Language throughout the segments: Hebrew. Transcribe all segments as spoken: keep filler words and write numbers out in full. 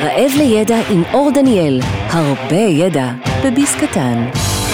רעב לידע עם אור דניאל, הרבה ידע בביס קטן.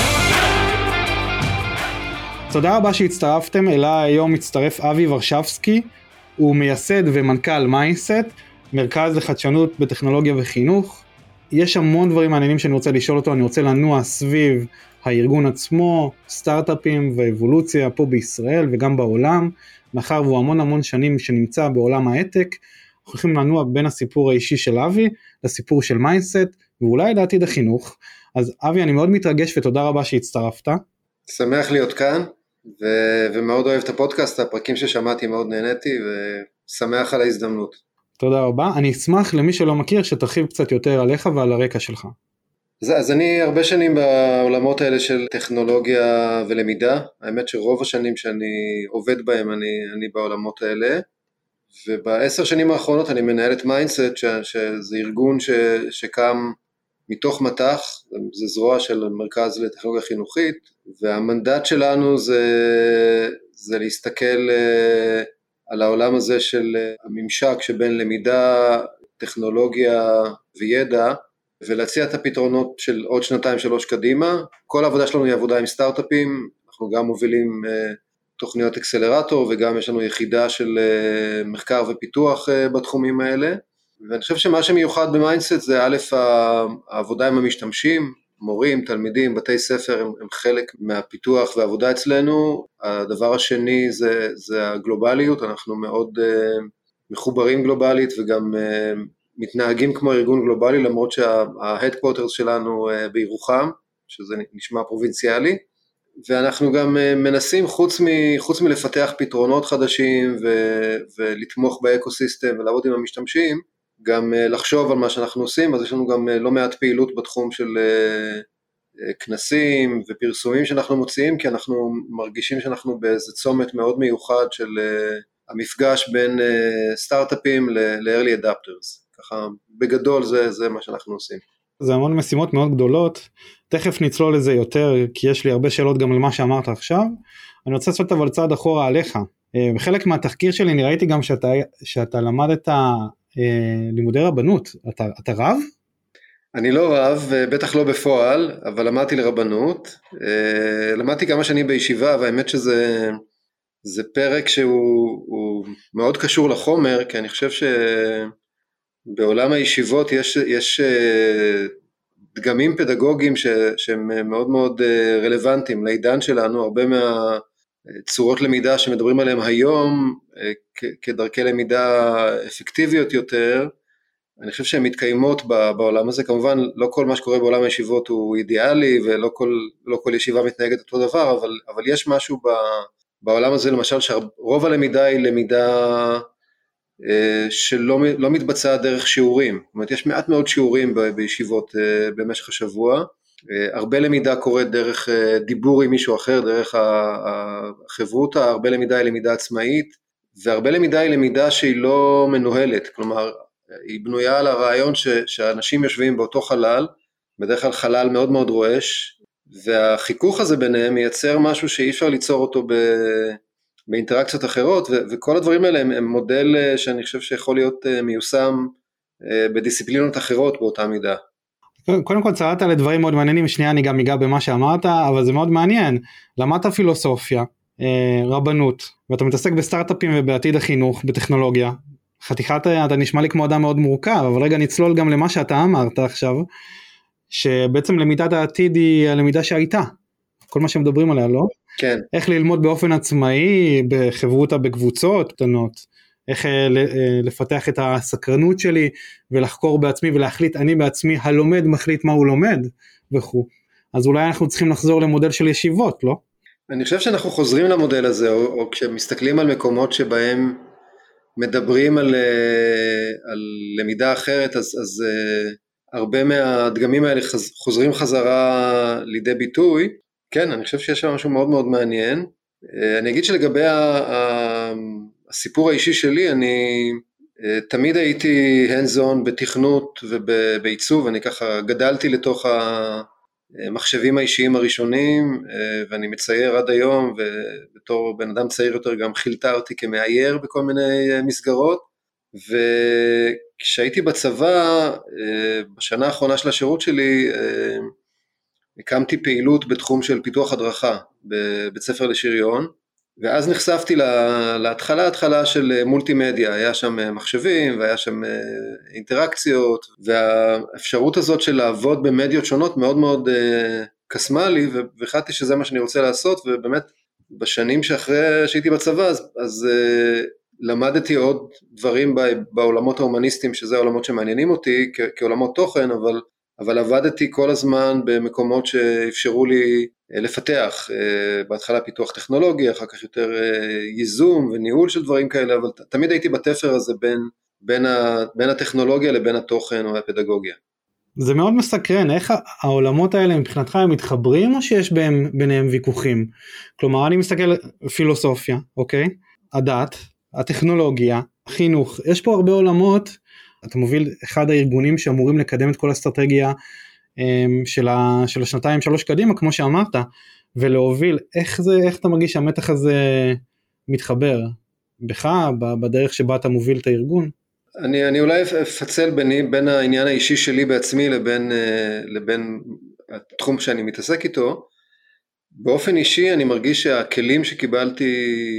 תודה רבה שהצטרפתם. אליי היום מצטרף אבי ורשבסקי, הוא מייסד ומנכ"ל מיינדסט, מרכז לחדשנות בטכנולוגיה וחינוך. יש המון דברים מעניינים שאני רוצה לשאול אותו, אני רוצה לנוע סביב הארגון עצמו, סטארט-אפים ואבולוציה פה בישראל וגם בעולם, מאחר והוא המון המון שנים שנמצא בעולם ההייטק, אנחנו הולכים לנוע בין הסיפור האישי של אבי לסיפור של מיינדסט, ואולי לעתיד החינוך. אז אבי, אני מאוד מתרגש ותודה רבה שהצטרפת. שמח להיות כאן, ו- ומאוד אוהב את הפודקאסט, הפרקים ששמעתי מאוד נהניתי, ושמח על ההזדמנות. תודה רבה, אני אשמח למי שלא מכיר שתרחיב קצת יותר עליך ועל הרקע שלך. אז, אז אני הרבה שנים בעולמות האלה של טכנולוגיה ולמידה, האמת שרוב השנים שאני עובד בהם אני, אני בעולמות האלה, ובעשר שנים האחרונות אני מנהל את מיינדסט, ש- שזה ארגון ש- שקם מתוך מתח, זה זרוע של מרכז לטכנולוגיה חינוכית, והמנדט שלנו זה, זה להסתכל על העולם הזה של הממשק שבין למידה, טכנולוגיה וידע, ולהציע את הפתרונות של עוד שנתיים שלוש קדימה. כל העבודה שלנו היא עבודה עם סטארט-אפים, אנחנו גם מובילים תוכניות אקסלרטור, וגם יש לנו יחידה של מחקר ופיתוח בתחומים האלה, ואני חושב שמה שמיוחד במיינדסט זה א', העבודה עם המשתמשים, מורים, תלמידים, בתי ספר הם, הם חלק מהפיתוח והעבודה אצלנו. הדבר השני זה, זה הגלובליות, אנחנו מאוד uh, מחוברים גלובלית וגם uh, מתנהגים כמו ארגון גלובלי, למרות שה-headquarters שלנו uh, בירוחם, שזה נשמע פרובינציאלי, ואנחנו גם uh, מנסים חוץ, מ, חוץ מלפתח פתרונות חדשים ו, ולתמוך באקוסיסטם ולעבוד עם המשתמשים, גם לחשוב על מה שאנחנו עושים. אז יש לנו גם לא מעט פעילות בתחום של כנסים ופרסומים שאנחנו מוציאים, כי אנחנו מרגישים שאנחנו באיזה צומת מאוד מיוחד של המפגש בין סטארט-אפים ל-early adapters. ככה בגדול זה, זה מה שאנחנו עושים. זה המון משימות מאוד גדולות, תכף נצלול לזה יותר, כי יש לי הרבה שאלות גם על מה שאמרת עכשיו. אני רוצה לעשות אבל צעד אחורה עליך. בחלק מהתחקיר שלי אני ראיתי גם שאתה, שאתה למדת לימודי רבנות. אתה, אתה רב? אני לא רב, בטח לא בפועל, אבל למדתי לרבנות. למדתי כמה שנים בישיבה, והאמת שזה זה פרק שהוא מאוד קשור לחומר, כי אני חושב שבעולם הישיבות יש, יש דגמים פדגוגיים ש, שהם מאוד מאוד רלוונטיים לעידן שלנו. הרבה מה צורות למידה שמדברים עליהם היום כדרכי למידה אפקטיביות יותר, אני חושב שהן מתקיימות בעולם הזה. כמובן לא כל מה שקורה בעולם הישיבות הוא אידיאלי, ולא כל, לא כל ישיבה מתנהגת אותו דבר, אבל, אבל יש משהו בעולם הזה, למשל שרוב הלמידה היא למידה שלא לא מתבצעה דרך שיעורים. זאת אומרת, יש מעט מאוד שיעורים בישיבות במשך השבוע, הרבה למידה קורית דרך דיבור עם מישהו אחר, דרך החברותה, הרבה למידה היא למידה עצמאית, והרבה למידה היא למידה שהיא לא מנוהלת, כלומר, היא בנויה על הרעיון ש, שאנשים יושבים באותו חלל, בדרך כלל חלל מאוד מאוד רועש, והחיכוך הזה ביניהם מייצר משהו שאי אפשר ליצור אותו ב, באינטראקציות אחרות, ו, וכל הדברים האלה הם, הם מודל שאני חושב שיכול להיות מיושם בדיסציפלינות אחרות באותה מידה. קודם כל צרעת לדברים מאוד מעניינים, שנייה אני גם אגע במה שאמרת, אבל זה מאוד מעניין. למדת פילוסופיה, רבנות, ואתה מתעסק בסטארט-אפים ובעתיד החינוך, בטכנולוגיה. חתיכת, אתה נשמע לי כמו אדם מאוד מורכב, אבל רגע נצלול גם למה שאתה אמרת עכשיו, שבעצם למידת העתיד היא הלמידה שהייתה, כל מה שמדברים עליה, לא? כן. איך ללמוד באופן עצמאי, בחברותה בקבוצות קטנות, איך לפתח את הסקרנות שלי, ולחקור בעצמי ולהחליט, אני בעצמי הלומד מחליט מה הוא לומד, וכו'. אז אולי אנחנו צריכים לחזור למודל של ישיבות, לא? אני חושב שאנחנו חוזרים למודל הזה, או, או כשמסתכלים על מקומות שבהם מדברים על, על למידה אחרת, אז, אז הרבה מהדגמים האלה חוזרים חזרה לידי ביטוי. כן, אני חושב שיש שם משהו מאוד מאוד מעניין. אני אגיד שלגבי הסיפור האישי שלי, אני תמיד הייתי hands on בתכנות ובעיצוב, אני ככה גדלתי לתוך המחשבים האישיים הראשונים, ואני מצייר עד היום, ובתור בן אדם צעיר יותר גם חילטרתי כמאייר בכל מיני מסגרות, כשהייתי בצבא, בשנה האחרונה של השירות שלי, הקמתי פעילות בתחום של פיתוח הדרכה בבית ספר לשריון, ואז נחשפתי להתחלה, התחלה של מולטימדיה, היה שם מחשבים והיה שם אינטראקציות, והאפשרות הזאת של לעבוד במדיות שונות מאוד מאוד קסמה לי, והחלטתי שזה מה שאני רוצה לעשות, ובאמת בשנים שאחרי שהייתי בצבא, אז, אז למדתי עוד דברים בעולמות ההומניסטיים, שזה העולמות שמעניינים אותי כעולמות תוכן, אבל אבל עבדתי כל הזמן במקומות שאפשרו לי לפתח, בהתחלה פיתוח טכנולוגי, אחר כך יותר ייזום וניהול של דברים כאלה, אבל תמיד הייתי בתפר הזה בין, בין, ה, בין הטכנולוגיה לבין התוכן או הפדגוגיה. זה מאוד מסקרן, איך העולמות האלה מבחינתך הם מתחברים או שיש בהם, ביניהם ויכוחים? כלומר, אני מסתכל פילוסופיה, אוקיי? הדת, הטכנולוגיה, החינוך, יש פה הרבה עולמות, אתה מוביל אחד הארגונים שאמורים לקדם את כל האסטרטגיה של, ה, של השנתיים שלוש קדימה, כמו שאמרת, ולהוביל, איך זה, איך אתה מרגיש שהמתח הזה מתחבר בך, בדרך שבה אתה מוביל את הארגון? אני, אני אולי אפצל ביני, בין העניין האישי שלי בעצמי לבין, לבין התחום שאני מתעסק איתו. באופן אישי אני מרגיש שהכלים שקיבלתי,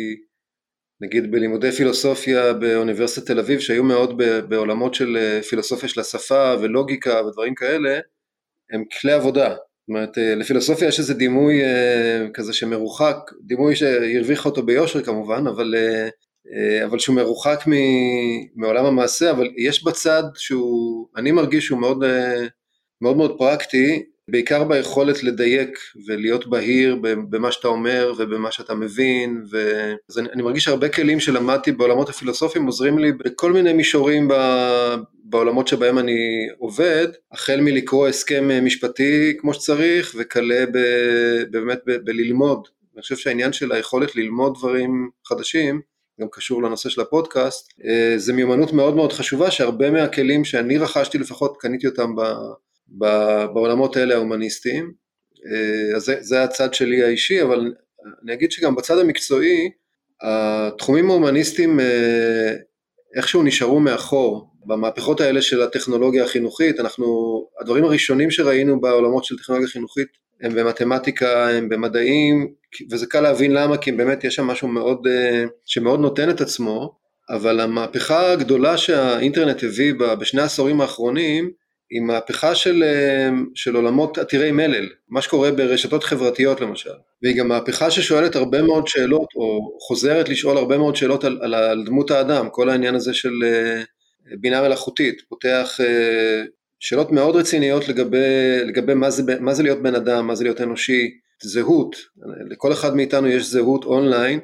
נגיד בלימודי פילוסופיה באוניברסיטת תל אביב, שהיו מאוד בעולמות של פילוסופיה של השפה ולוגיקה ודברים כאלה, הם כלי עבודה. זאת אומרת, לפילוסופיה יש איזה דימוי כזה שמרוחק, דימוי שהרוויח אותו ביושר כמובן, אבל, אבל שהוא מרוחק מעולם המעשה, אבל יש בצד שהוא, אני מרגיש שהוא מאוד, מאוד מאוד פרקטי, בעיקר ביכולת לדייק ולהיות בהיר במה שאתה אומר ובמה שאתה מבין, אז אני, אני מרגיש הרבה כלים שלמדתי בעולמות הפילוסופיים עוזרים לי בכל מיני מישורים בעולמות שבהם אני עובד, החל מלקרוא הסכם משפטי כמו שצריך וכלה באמת בללמוד. אני חושב שהעניין של היכולת ללמוד דברים חדשים, גם קשור לנושא של הפודקאסט, זה מיומנות מאוד מאוד חשובה, שהרבה מהכלים שאני רכשתי לפחות קניתי אותם ב... בעולמות האלה ההומניסטיים, אז זה, זה הצד שלי האישי, אבל אני אגיד שגם בצד המקצועי, התחומים ההומניסטיים איכשהו נשארו מאחור, במהפכות האלה של הטכנולוגיה החינוכית, אנחנו, הדברים הראשונים שראינו בעולמות של טכנולוגיה חינוכית, הם במתמטיקה, הם במדעים, וזה קל להבין למה, כי באמת יש שם משהו מאוד, שמאוד נותן את עצמו, אבל המהפכה הגדולה שהאינטרנט הביא בשני העשורים האחרונים, היא מהפכה של, של עולמות עתירי מלל, מה שקורה ברשתות חברתיות למשל, והיא גם מהפכה ששואלת הרבה מאוד שאלות, או חוזרת לשאול הרבה מאוד שאלות על, על, על דמות האדם, כל העניין הזה של בינה מלאכותית, פותח שאלות מאוד רציניות לגבי, לגבי מה זה, מה זה להיות בן אדם, מה זה להיות אנושי, זהות, לכל אחד מאיתנו יש זהות אונליין,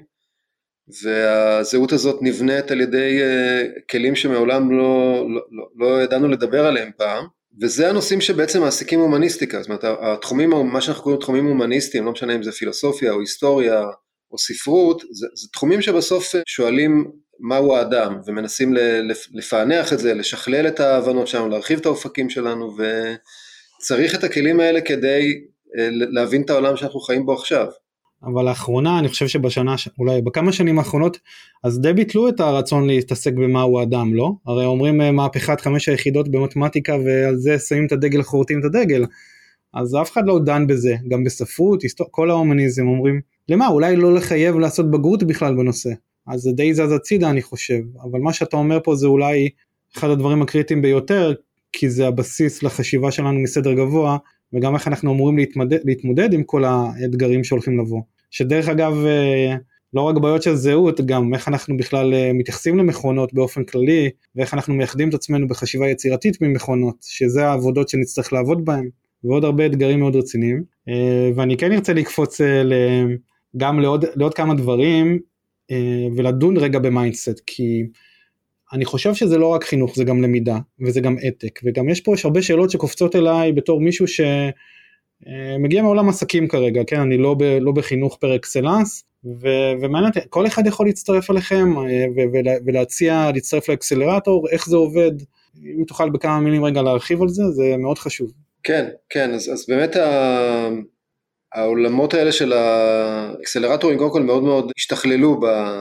והזהות הזאת נבנית על ידי כלים שמעולם לא, לא, לא, לא ידענו לדבר עליהם פעם, וזה הנושאים שבעצם מעסיקים הומניסטיקה, זאת אומרת, התחומים, מה שאנחנו קוראים תחומים הומניסטיים, לא משנה אם זה פילוסופיה או היסטוריה או ספרות, זה, זה תחומים שבסוף שואלים מהו האדם, ומנסים לפענח את זה, לשכלל את ההבנות שלנו, להרחיב את האופקים שלנו, וצריך את הכלים האלה כדי להבין את העולם שאנחנו חיים בו עכשיו. אבל לאחרונה, אני חושב שבשנה, אולי בכמה שנים האחרונות, אז די ביטלו את הרצון להתעסק במהו האדם, לא? הרי אומרים מהפכת חמש היחידות במתמטיקה, ועל זה שמים את הדגל, חורטים את הדגל, אז אף אחד לא דן בזה, גם בספרות, כל ההומניזם אומרים, למה? אולי לא לחייב לעשות בגרות בכלל בנושא, אז זה די זז הצידה אני חושב, אבל מה שאתה אומר פה זה אולי אחד הדברים הקריטיים ביותר, כי זה הבסיס לחשיבה שלנו מסדר גבוה, וגם איך אנחנו אמורים להתמודד, להתמודד עם כל האתגרים שהולכים לבוא. שדרך אגב, לא רק בעיות של זהות, גם איך אנחנו בכלל מתייחסים למכונות באופן כללי, ואיך אנחנו מייחדים את עצמנו בחשיבה יצירתית ממכונות, שזה העבודות שנצטרך לעבוד בהן, ועוד הרבה אתגרים מאוד רציניים. ואני כן ארצה לקפוץ גם לעוד, לעוד כמה דברים, ולדון רגע במיינדסט, כי אני חושב שזה לא רק חינוך, זה גם למידה, וזה גם עתק, וגם יש פה יש הרבה שאלות שקופצות אליי בתור מישהו שמגיע מעולם עסקים כרגע, כן, אני לא, ב, לא בחינוך פר אקסלנס, ומעניין, כל אחד יכול להצטרף אליכם, ולהציע להצטרף לאקסלרטור, איך זה עובד, אם תוכל בכמה מילים רגע להרחיב על זה, זה מאוד חשוב. כן, כן, אז, אז באמת ה... העולמות האלה של האקסלרטורים קודם כל מאוד מאוד השתכללו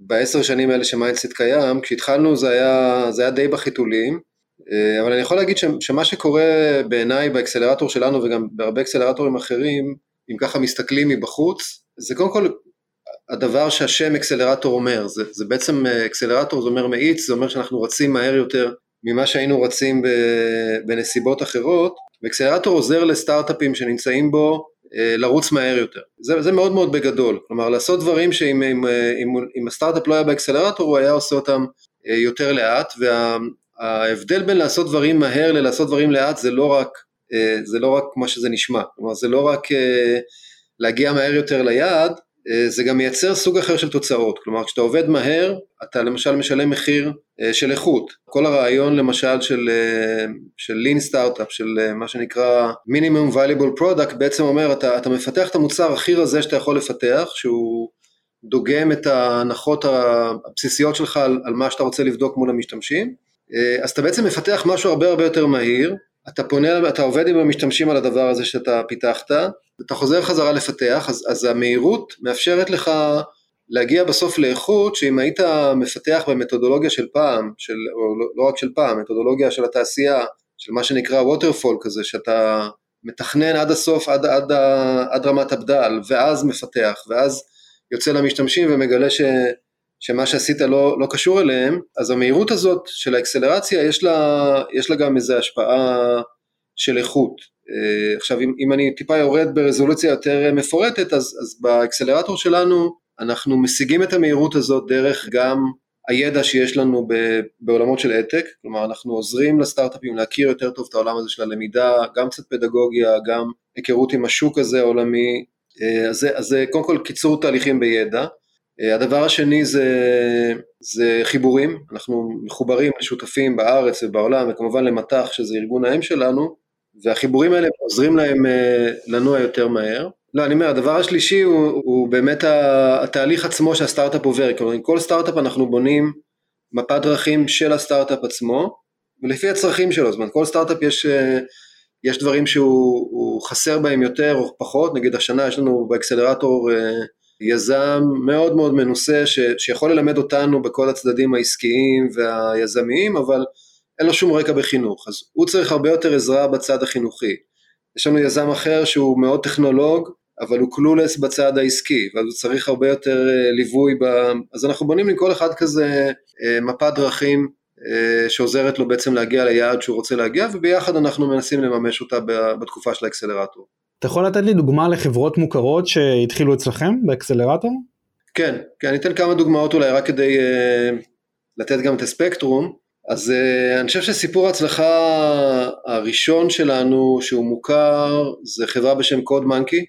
בעשר שנים האלה שמיינדסט קיים, כשהתחלנו זה היה, זה היה די בחיתולים, אבל אני יכול להגיד שמה שקורה בעיניי באקסלרטור שלנו וגם בהרבה אקסלרטורים אחרים, אם ככה מסתכלים מבחוץ, זה קודם כל הדבר שהשם אקסלרטור אומר, זה, זה בעצם אקסלרטור, זה אומר מאיץ, זה אומר שאנחנו רצים מהר יותר ממה שהיינו רצים בנסיבות אחרות, ואקסלרטור עוזר לסטארט-אפים שנמצאים בו לרוץ מהר יותר. זה, זה מאוד מאוד בגדול, כלומר לעשות דברים שאם אם, אם, אם הסטארט-אפ לא היה באקסלרטור, הוא היה עושה אותם יותר לאט, וההבדל בין לעשות דברים מהר ללעשות דברים לאט, זה לא רק, זה לא רק מה שזה נשמע, כלומר זה לא רק להגיע מהר יותר ליעד, זה גם מייצר סוג אחר של תוצאות, כלומר כשאתה עובד מהר, אתה למשל משלם מחיר של איכות, כל הרעיון למשל של, של lean startup, של מה שנקרא minimum valuable product, בעצם אומר, אתה, אתה מפתח את המוצר הכי רזה שאתה יכול לפתח, שהוא דוגם את ההנחות הבסיסיות שלך על, על מה שאתה רוצה לבדוק מול המשתמשים, אז אתה בעצם מפתח משהו הרבה הרבה יותר מהיר, אתה פונה, אתה עובד עם המשתמשים על הדבר הזה שאתה פיתחת, אתה חוזר חזרה לפתח, אז, אז המהירות מאפשרת לך להגיע בסוף לאיכות, שאם היית מפתח במתודולוגיה של פעם, של, או לא, לא רק של פעם, מתודולוגיה של התעשייה, של מה שנקרא ווטרפול כזה, שאתה מתכנן עד הסוף, עד, עד, עד רמת הבדל, ואז מפתח, ואז יוצא למשתמשים ומגלה ש, שמה שעשית לא, לא קשור אליהם, אז המהירות הזאת של האקסלרציה, יש לה, יש לה גם איזו השפעה של איכות. עכשיו, אם, אם אני טיפה יורד ברזולוציה יותר מפורטת, אז, אז באקסלרטור שלנו, אנחנו משיגים את המהירות הזאת דרך גם הידע שיש לנו בעולמות של אתק, כלומר אנחנו עוזרים לסטארט-אפים להכיר יותר טוב את העולם הזה של הלמידה, גם קצת פדגוגיה, גם היכרות עם השוק הזה העולמי, אז זה, אז זה קודם כל קיצור תהליכים בידע. הדבר השני זה, זה חיבורים, אנחנו מחוברים לשותפים בארץ ובעולם, וכמובן למתח שזה ארגון האם שלנו, והחיבורים האלה עוזרים להם לנוע יותר מהר. לא, אני אומר, הדבר השלישי הוא, הוא באמת התהליך עצמו שהסטארט-אפ עובר, כלומר, עם כל סטארט-אפ אנחנו בונים מפת דרכים של הסטארט-אפ עצמו, ולפי הצרכים שלו, זאת אומרת, כל סטארט-אפ יש, יש דברים שהוא חסר בהם יותר או פחות, נגיד השנה יש לנו באקסלרטור יזם מאוד מאוד מנוסה, ש, שיכול ללמד אותנו בכל הצדדים העסקיים והיזמיים, אבל אין לו שום רקע בחינוך, אז הוא צריך הרבה יותר עזרה בצד החינוכי. יש לנו יזם אחר שהוא מאוד טכנולוג, אבל הוא קלולס בצד העסקי, ואז הוא צריך הרבה יותר ליווי, ב... אז אנחנו בונים לכל אחד כזה מפת דרכים, שעוזרת לו בעצם להגיע ליעד שהוא רוצה להגיע, וביחד אנחנו מנסים לממש אותה בתקופה של האקסלרטור. אתה יכול לתת לי דוגמה לחברות מוכרות שהתחילו אצלכם באקסלרטור? כן, כן, אני אתן כמה דוגמאות אולי רק כדי לתת גם את הספקטרום. אז אני חושב שסיפור ההצלחה הראשון שלנו שהוא מוכר, זה חברה בשם CodeMonkey,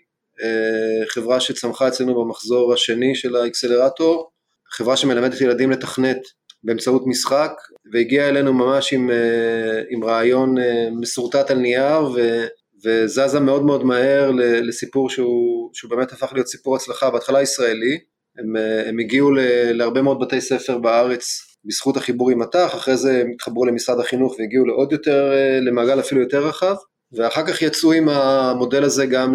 חברה שצמחה אצלנו במחזור השני של האקסלרטור, חברה שמלמדת ילדים לתכנת באמצעות משחק, והגיעה אלינו ממש עם, עם רעיון מסורטט על נייר, ו, וזזה מאוד מאוד מהר לסיפור שהוא, שהוא באמת הפך להיות סיפור הצלחה, בהתחלה ישראלי, הם, הם הגיעו להרבה מאוד בתי ספר בארץ, בזכות החיבור עם מתח, אחרי זה הם התחברו למשרד החינוך והגיעו לעוד יותר, למעגל אפילו יותר רחב, ואחר כך יצאו עם המודל הזה גם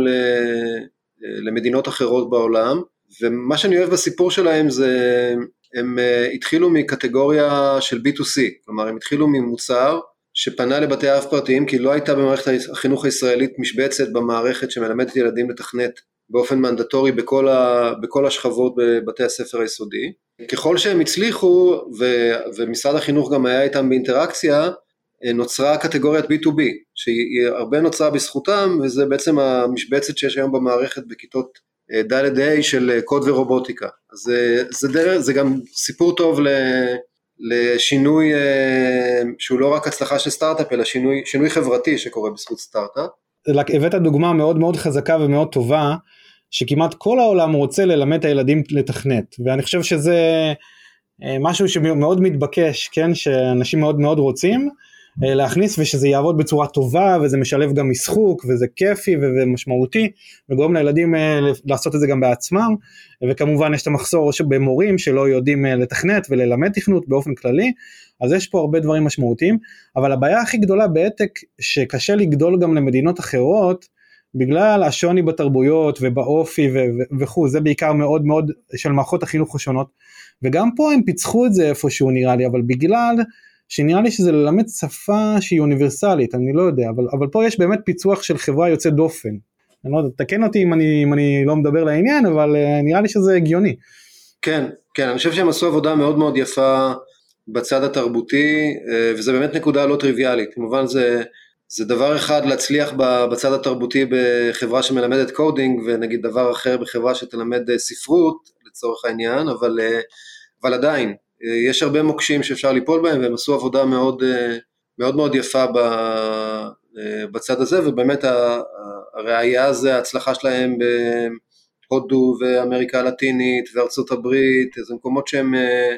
למדינות אחרות בעולם, ומה שאני אוהב בסיפור שלהם זה, הם התחילו מקטגוריה של בי טו סי, כלומר הם התחילו ממוצר שפנה לבתי אב פרטיים, כי לא הייתה במערכת החינוך הישראלית משבצת במערכת שמלמדת ילדים לתכנת באופן מנדטורי בכל, ה, בכל השכבות בבתי הספר היסודי. ככל שהם הצליחו, ו, ומשרד החינוך גם היה איתם באינטראקציה, נוצרה קטגוריית בי טו בי, שהיא הרבה נוצרה בזכותם, וזה בעצם המשבצת שיש היום במערכת בכיתות ד' ה' של קוד ורובוטיקה. אז זה, זה, דרך, זה גם סיפור טוב ל, לשינוי, שהוא לא רק הצלחה של סטארט-אפ, אלא שינוי, שינוי חברתי שקורה בזכות סטארט-אפ. הבאת דוגמה מאוד מאוד חזקה ומאוד טובה, שכמעט כל העולם רוצה ללמד את הילדים לתכנת, ואני חושב שזה משהו שמאוד מתבקש, כן, שאנשים מאוד מאוד רוצים להכניס, ושזה יעבוד בצורה טובה, וזה משלב גם משחוק, וזה כיפי ומשמעותי, וגורם לילדים לעשות את זה גם בעצמם, וכמובן יש את המחסור במורים שלא יודעים לתכנת וללמד תכנות באופן כללי, אז יש פה הרבה דברים משמעותיים, אבל הבעיה הכי גדולה בעתק, שקשה לגדול גם למדינות אחרות, בגלל השוני בתרבויות ובאופי וכו', זה בעיקר מאוד מאוד של מערכות החינוך השונות, וגם פה הם פיצחו את זה איפשהו נראה לי, אבל בגלל שנראה לי שזה ללמד שפה שהיא אוניברסלית, אני לא יודע, אבל, אבל פה יש באמת פיצוח של חברה יוצאת דופן, אני לא יודע, תקן אותי אם אני, אם אני לא מדבר לעניין, אבל uh, נראה לי שזה הגיוני. כן, כן, אני חושב שהם עשו עבודה מאוד מאוד יפה בצד התרבותי, וזה באמת נקודה לא טריוויאלית, כמובן זה, זה דבר אחד להצליח בצד התרבותי בחברה שמלמדת קודינג, ונגיד דבר אחר בחברה שתלמד ספרות לצורך העניין, אבל, אבל עדיין, יש הרבה מוקשים שאפשר ליפול בהם, והם עשו עבודה מאוד מאוד, מאוד יפה בצד הזה, ובאמת הראייה זה ההצלחה שלהם בהודו ואמריקה הלטינית וארצות הברית, זה מקומות שהם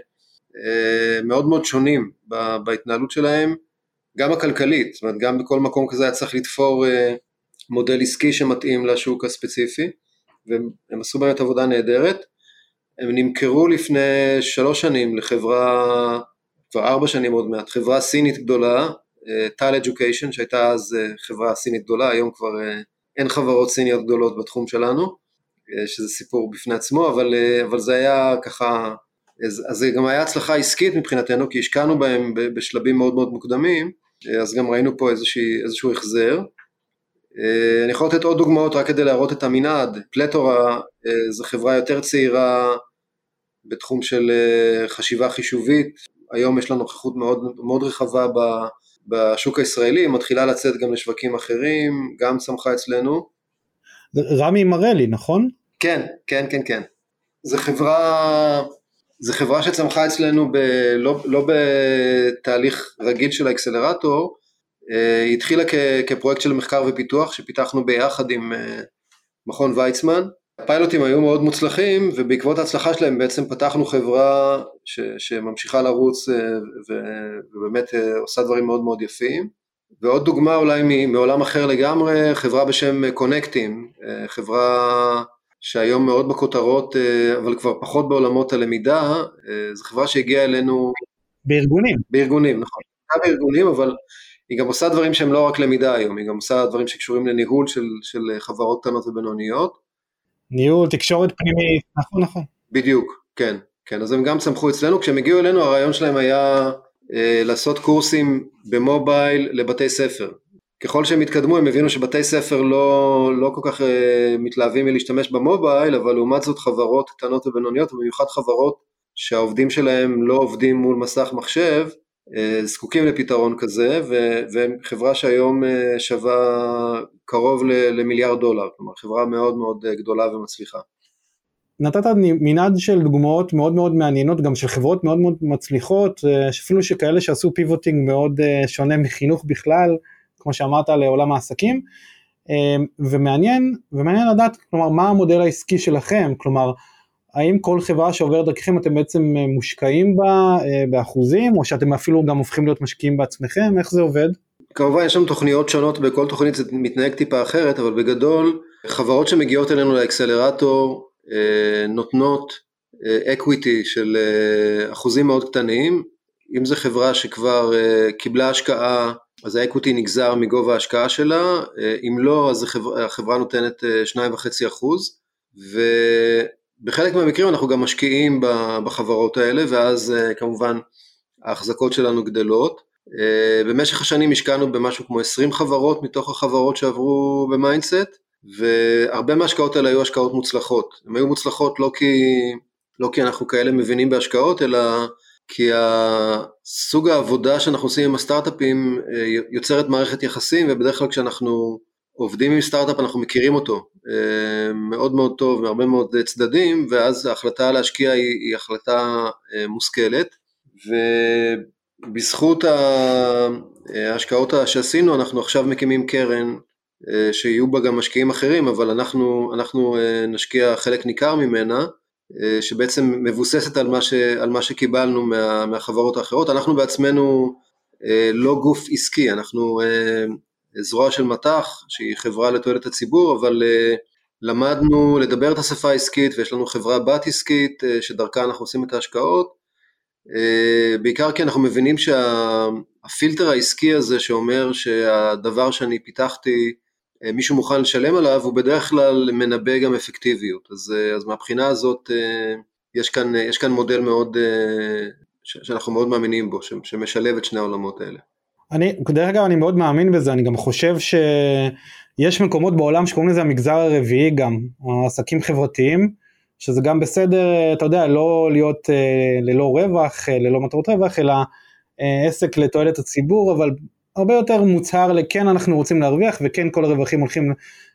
מאוד מאוד שונים בהתנהלות שלהם, גם הכלכלית, זאת אומרת, גם בכל מקום כזה היה צריך לתפור מודל עסקי שמתאים לשוק הספציפי, והם עשו באמת עבודה נהדרת. הם נמכרו לפני שלוש שנים לחברה, כבר ארבע שנים עוד מעט, חברה סינית גדולה, טל Education, שהייתה אז חברה סינית גדולה, היום כבר אין חברות סיניות גדולות בתחום שלנו, שזה סיפור בפני עצמו, אבל, אבל זה היה ככה, אז, אז זה גם היה הצלחה עסקית מבחינתנו, כי השקענו בהם בשלבים מאוד מאוד מוקדמים, אז גם ראינו פה איזושהי, איזשהו החזר. אני יכול לתת עוד דוגמאות רק כדי להראות את המנעד. פלטורה זו חברה יותר צעירה בתחום של חשיבה חישובית, היום יש לנו נוכחות מאוד, מאוד רחבה בשוק הישראלי, מתחילה לצאת גם לשווקים אחרים, גם צמחה אצלנו. רמי מרלי, נכון? כן, כן, כן, כן. זו חברה... זו חברה שצמחה אצלנו ב, לא, לא בתהליך רגיל של האקסלרטור, היא התחילה כ, כפרויקט של מחקר ופיתוח שפיתחנו ביחד עם מכון ויצמן. הפיילוטים היו מאוד מוצלחים, ובעקבות ההצלחה שלהם בעצם פתחנו חברה ש, שממשיכה לרוץ ו, ובאמת עושה דברים מאוד מאוד יפים. ועוד דוגמה אולי מעולם אחר לגמרי, חברה בשם קונקטים, חברה שהיום מאוד בכותרות, אבל כבר פחות בעולמות הלמידה, זו חברה שהגיעה אלינו... בארגונים. בארגונים, נכון. היא בארגונים, אבל היא גם עושה דברים שהם לא רק למידה היום, היא גם עושה דברים שקשורים לניהול של, של חברות קטנות ובינוניות. ניהול, תקשורת פנימית, נכון, נכון. בדיוק, כן, כן. אז הם גם צמחו אצלנו, כשהם הגיעו אלינו, הרעיון שלהם היה אה, לעשות קורסים במובייל לבתי ספר. ככל שהם התקדמו, הם הבינו שבתי ספר לא, לא כל כך uh, מתלהבים מלהשתמש במובייל, אבל לעומת זאת חברות קטנות ובינוניות, ובמיוחד חברות שהעובדים שלהם לא עובדים מול מסך מחשב, uh, זקוקים לפתרון כזה, ו- וחברה שהיום uh, שווה קרוב ל- למיליארד דולר, כלומר חברה מאוד מאוד uh, גדולה ומצליחה. נתת מנעד של דוגמאות מאוד מאוד מעניינות, גם של חברות מאוד מאוד מצליחות, אפילו שכאלה שעשו פיבוטינג מאוד uh, שונה מחינוך בכלל, כמו שאמרת, לעולם העסקים, ומעניין, ומעניין לדעת, כלומר, מה המודל העסקי שלכם, כלומר, האם כל חברה שעוברת דרככם, אתם בעצם מושקעים בה באחוזים, או שאתם אפילו גם הופכים להיות משקיעים בעצמכם, איך זה עובד? כמובן, יש לנו תוכניות שונות, בכל תוכנית זה מתנהג טיפה אחרת, אבל בגדול, חברות שמגיעות אלינו לאקסלרטור, נותנות אקוויטי של אחוזים מאוד קטנים, אם זו חברה שכבר קיבלה השקעה, אז האקוויטי נגזר מגובה ההשקעה שלה, אם לא, אז החברה, החברה נותנת שניים וחצי אחוז, ובחלק מהמקרים אנחנו גם משקיעים בחברות האלה, ואז כמובן ההחזקות שלנו גדלות. במשך השנים השקענו במשהו כמו עשרים חברות, מתוך החברות שעברו במיינדסט, והרבה מההשקעות האלה היו השקעות מוצלחות. הן היו מוצלחות לא כי, לא כי אנחנו כאלה מבינים בהשקעות, אלא כי הסוג העבודה שאנחנו עושים עם הסטארט-אפים יוצרת מערכת יחסים, ובדרך כלל כשאנחנו עובדים עם סטארט-אפ אנחנו מכירים אותו מאוד מאוד טוב, מהרבה מאוד צדדים, ואז ההחלטה להשקיע היא, היא החלטה מושכלת, ובזכות ההשקעות שעשינו אנחנו עכשיו מקימים קרן, שיהיו בה גם משקיעים אחרים, אבל אנחנו, אנחנו נשקיע חלק ניכר ממנה, שבעצם מבוססת על מה, ש, על מה שקיבלנו מה, מהחברות האחרות. אנחנו בעצמנו לא גוף עסקי, אנחנו זרוע של מתח, שהיא חברה לתועלת הציבור, אבל למדנו לדבר את השפה העסקית, ויש לנו חברה בת עסקית, שדרכה אנחנו עושים את ההשקעות, בעיקר כי אנחנו מבינים שהפילטר העסקי הזה, שאומר שהדבר שאני פיתחתי, מישהו מוכן לשלם עליו, הוא בדרך כלל מנבא גם אפקטיביות. אז, אז מהבחינה הזאת יש כאן, יש כאן מודל מאוד, שאנחנו מאוד מאמינים בו, שמשלב את שני העולמות האלה. אני, דרך אגב, אני מאוד מאמין בזה, אני גם חושב שיש מקומות בעולם שקוראים לזה המגזר הרביעי גם, עסקים חברתיים, שזה גם בסדר, אתה יודע, לא להיות ללא רווח, ללא מטרות רווח, אלא עסק לתועלת הציבור, אבל הרבה יותר מוצהר לכן אנחנו רוצים להרוויח, וכן כל הרווחים הולכים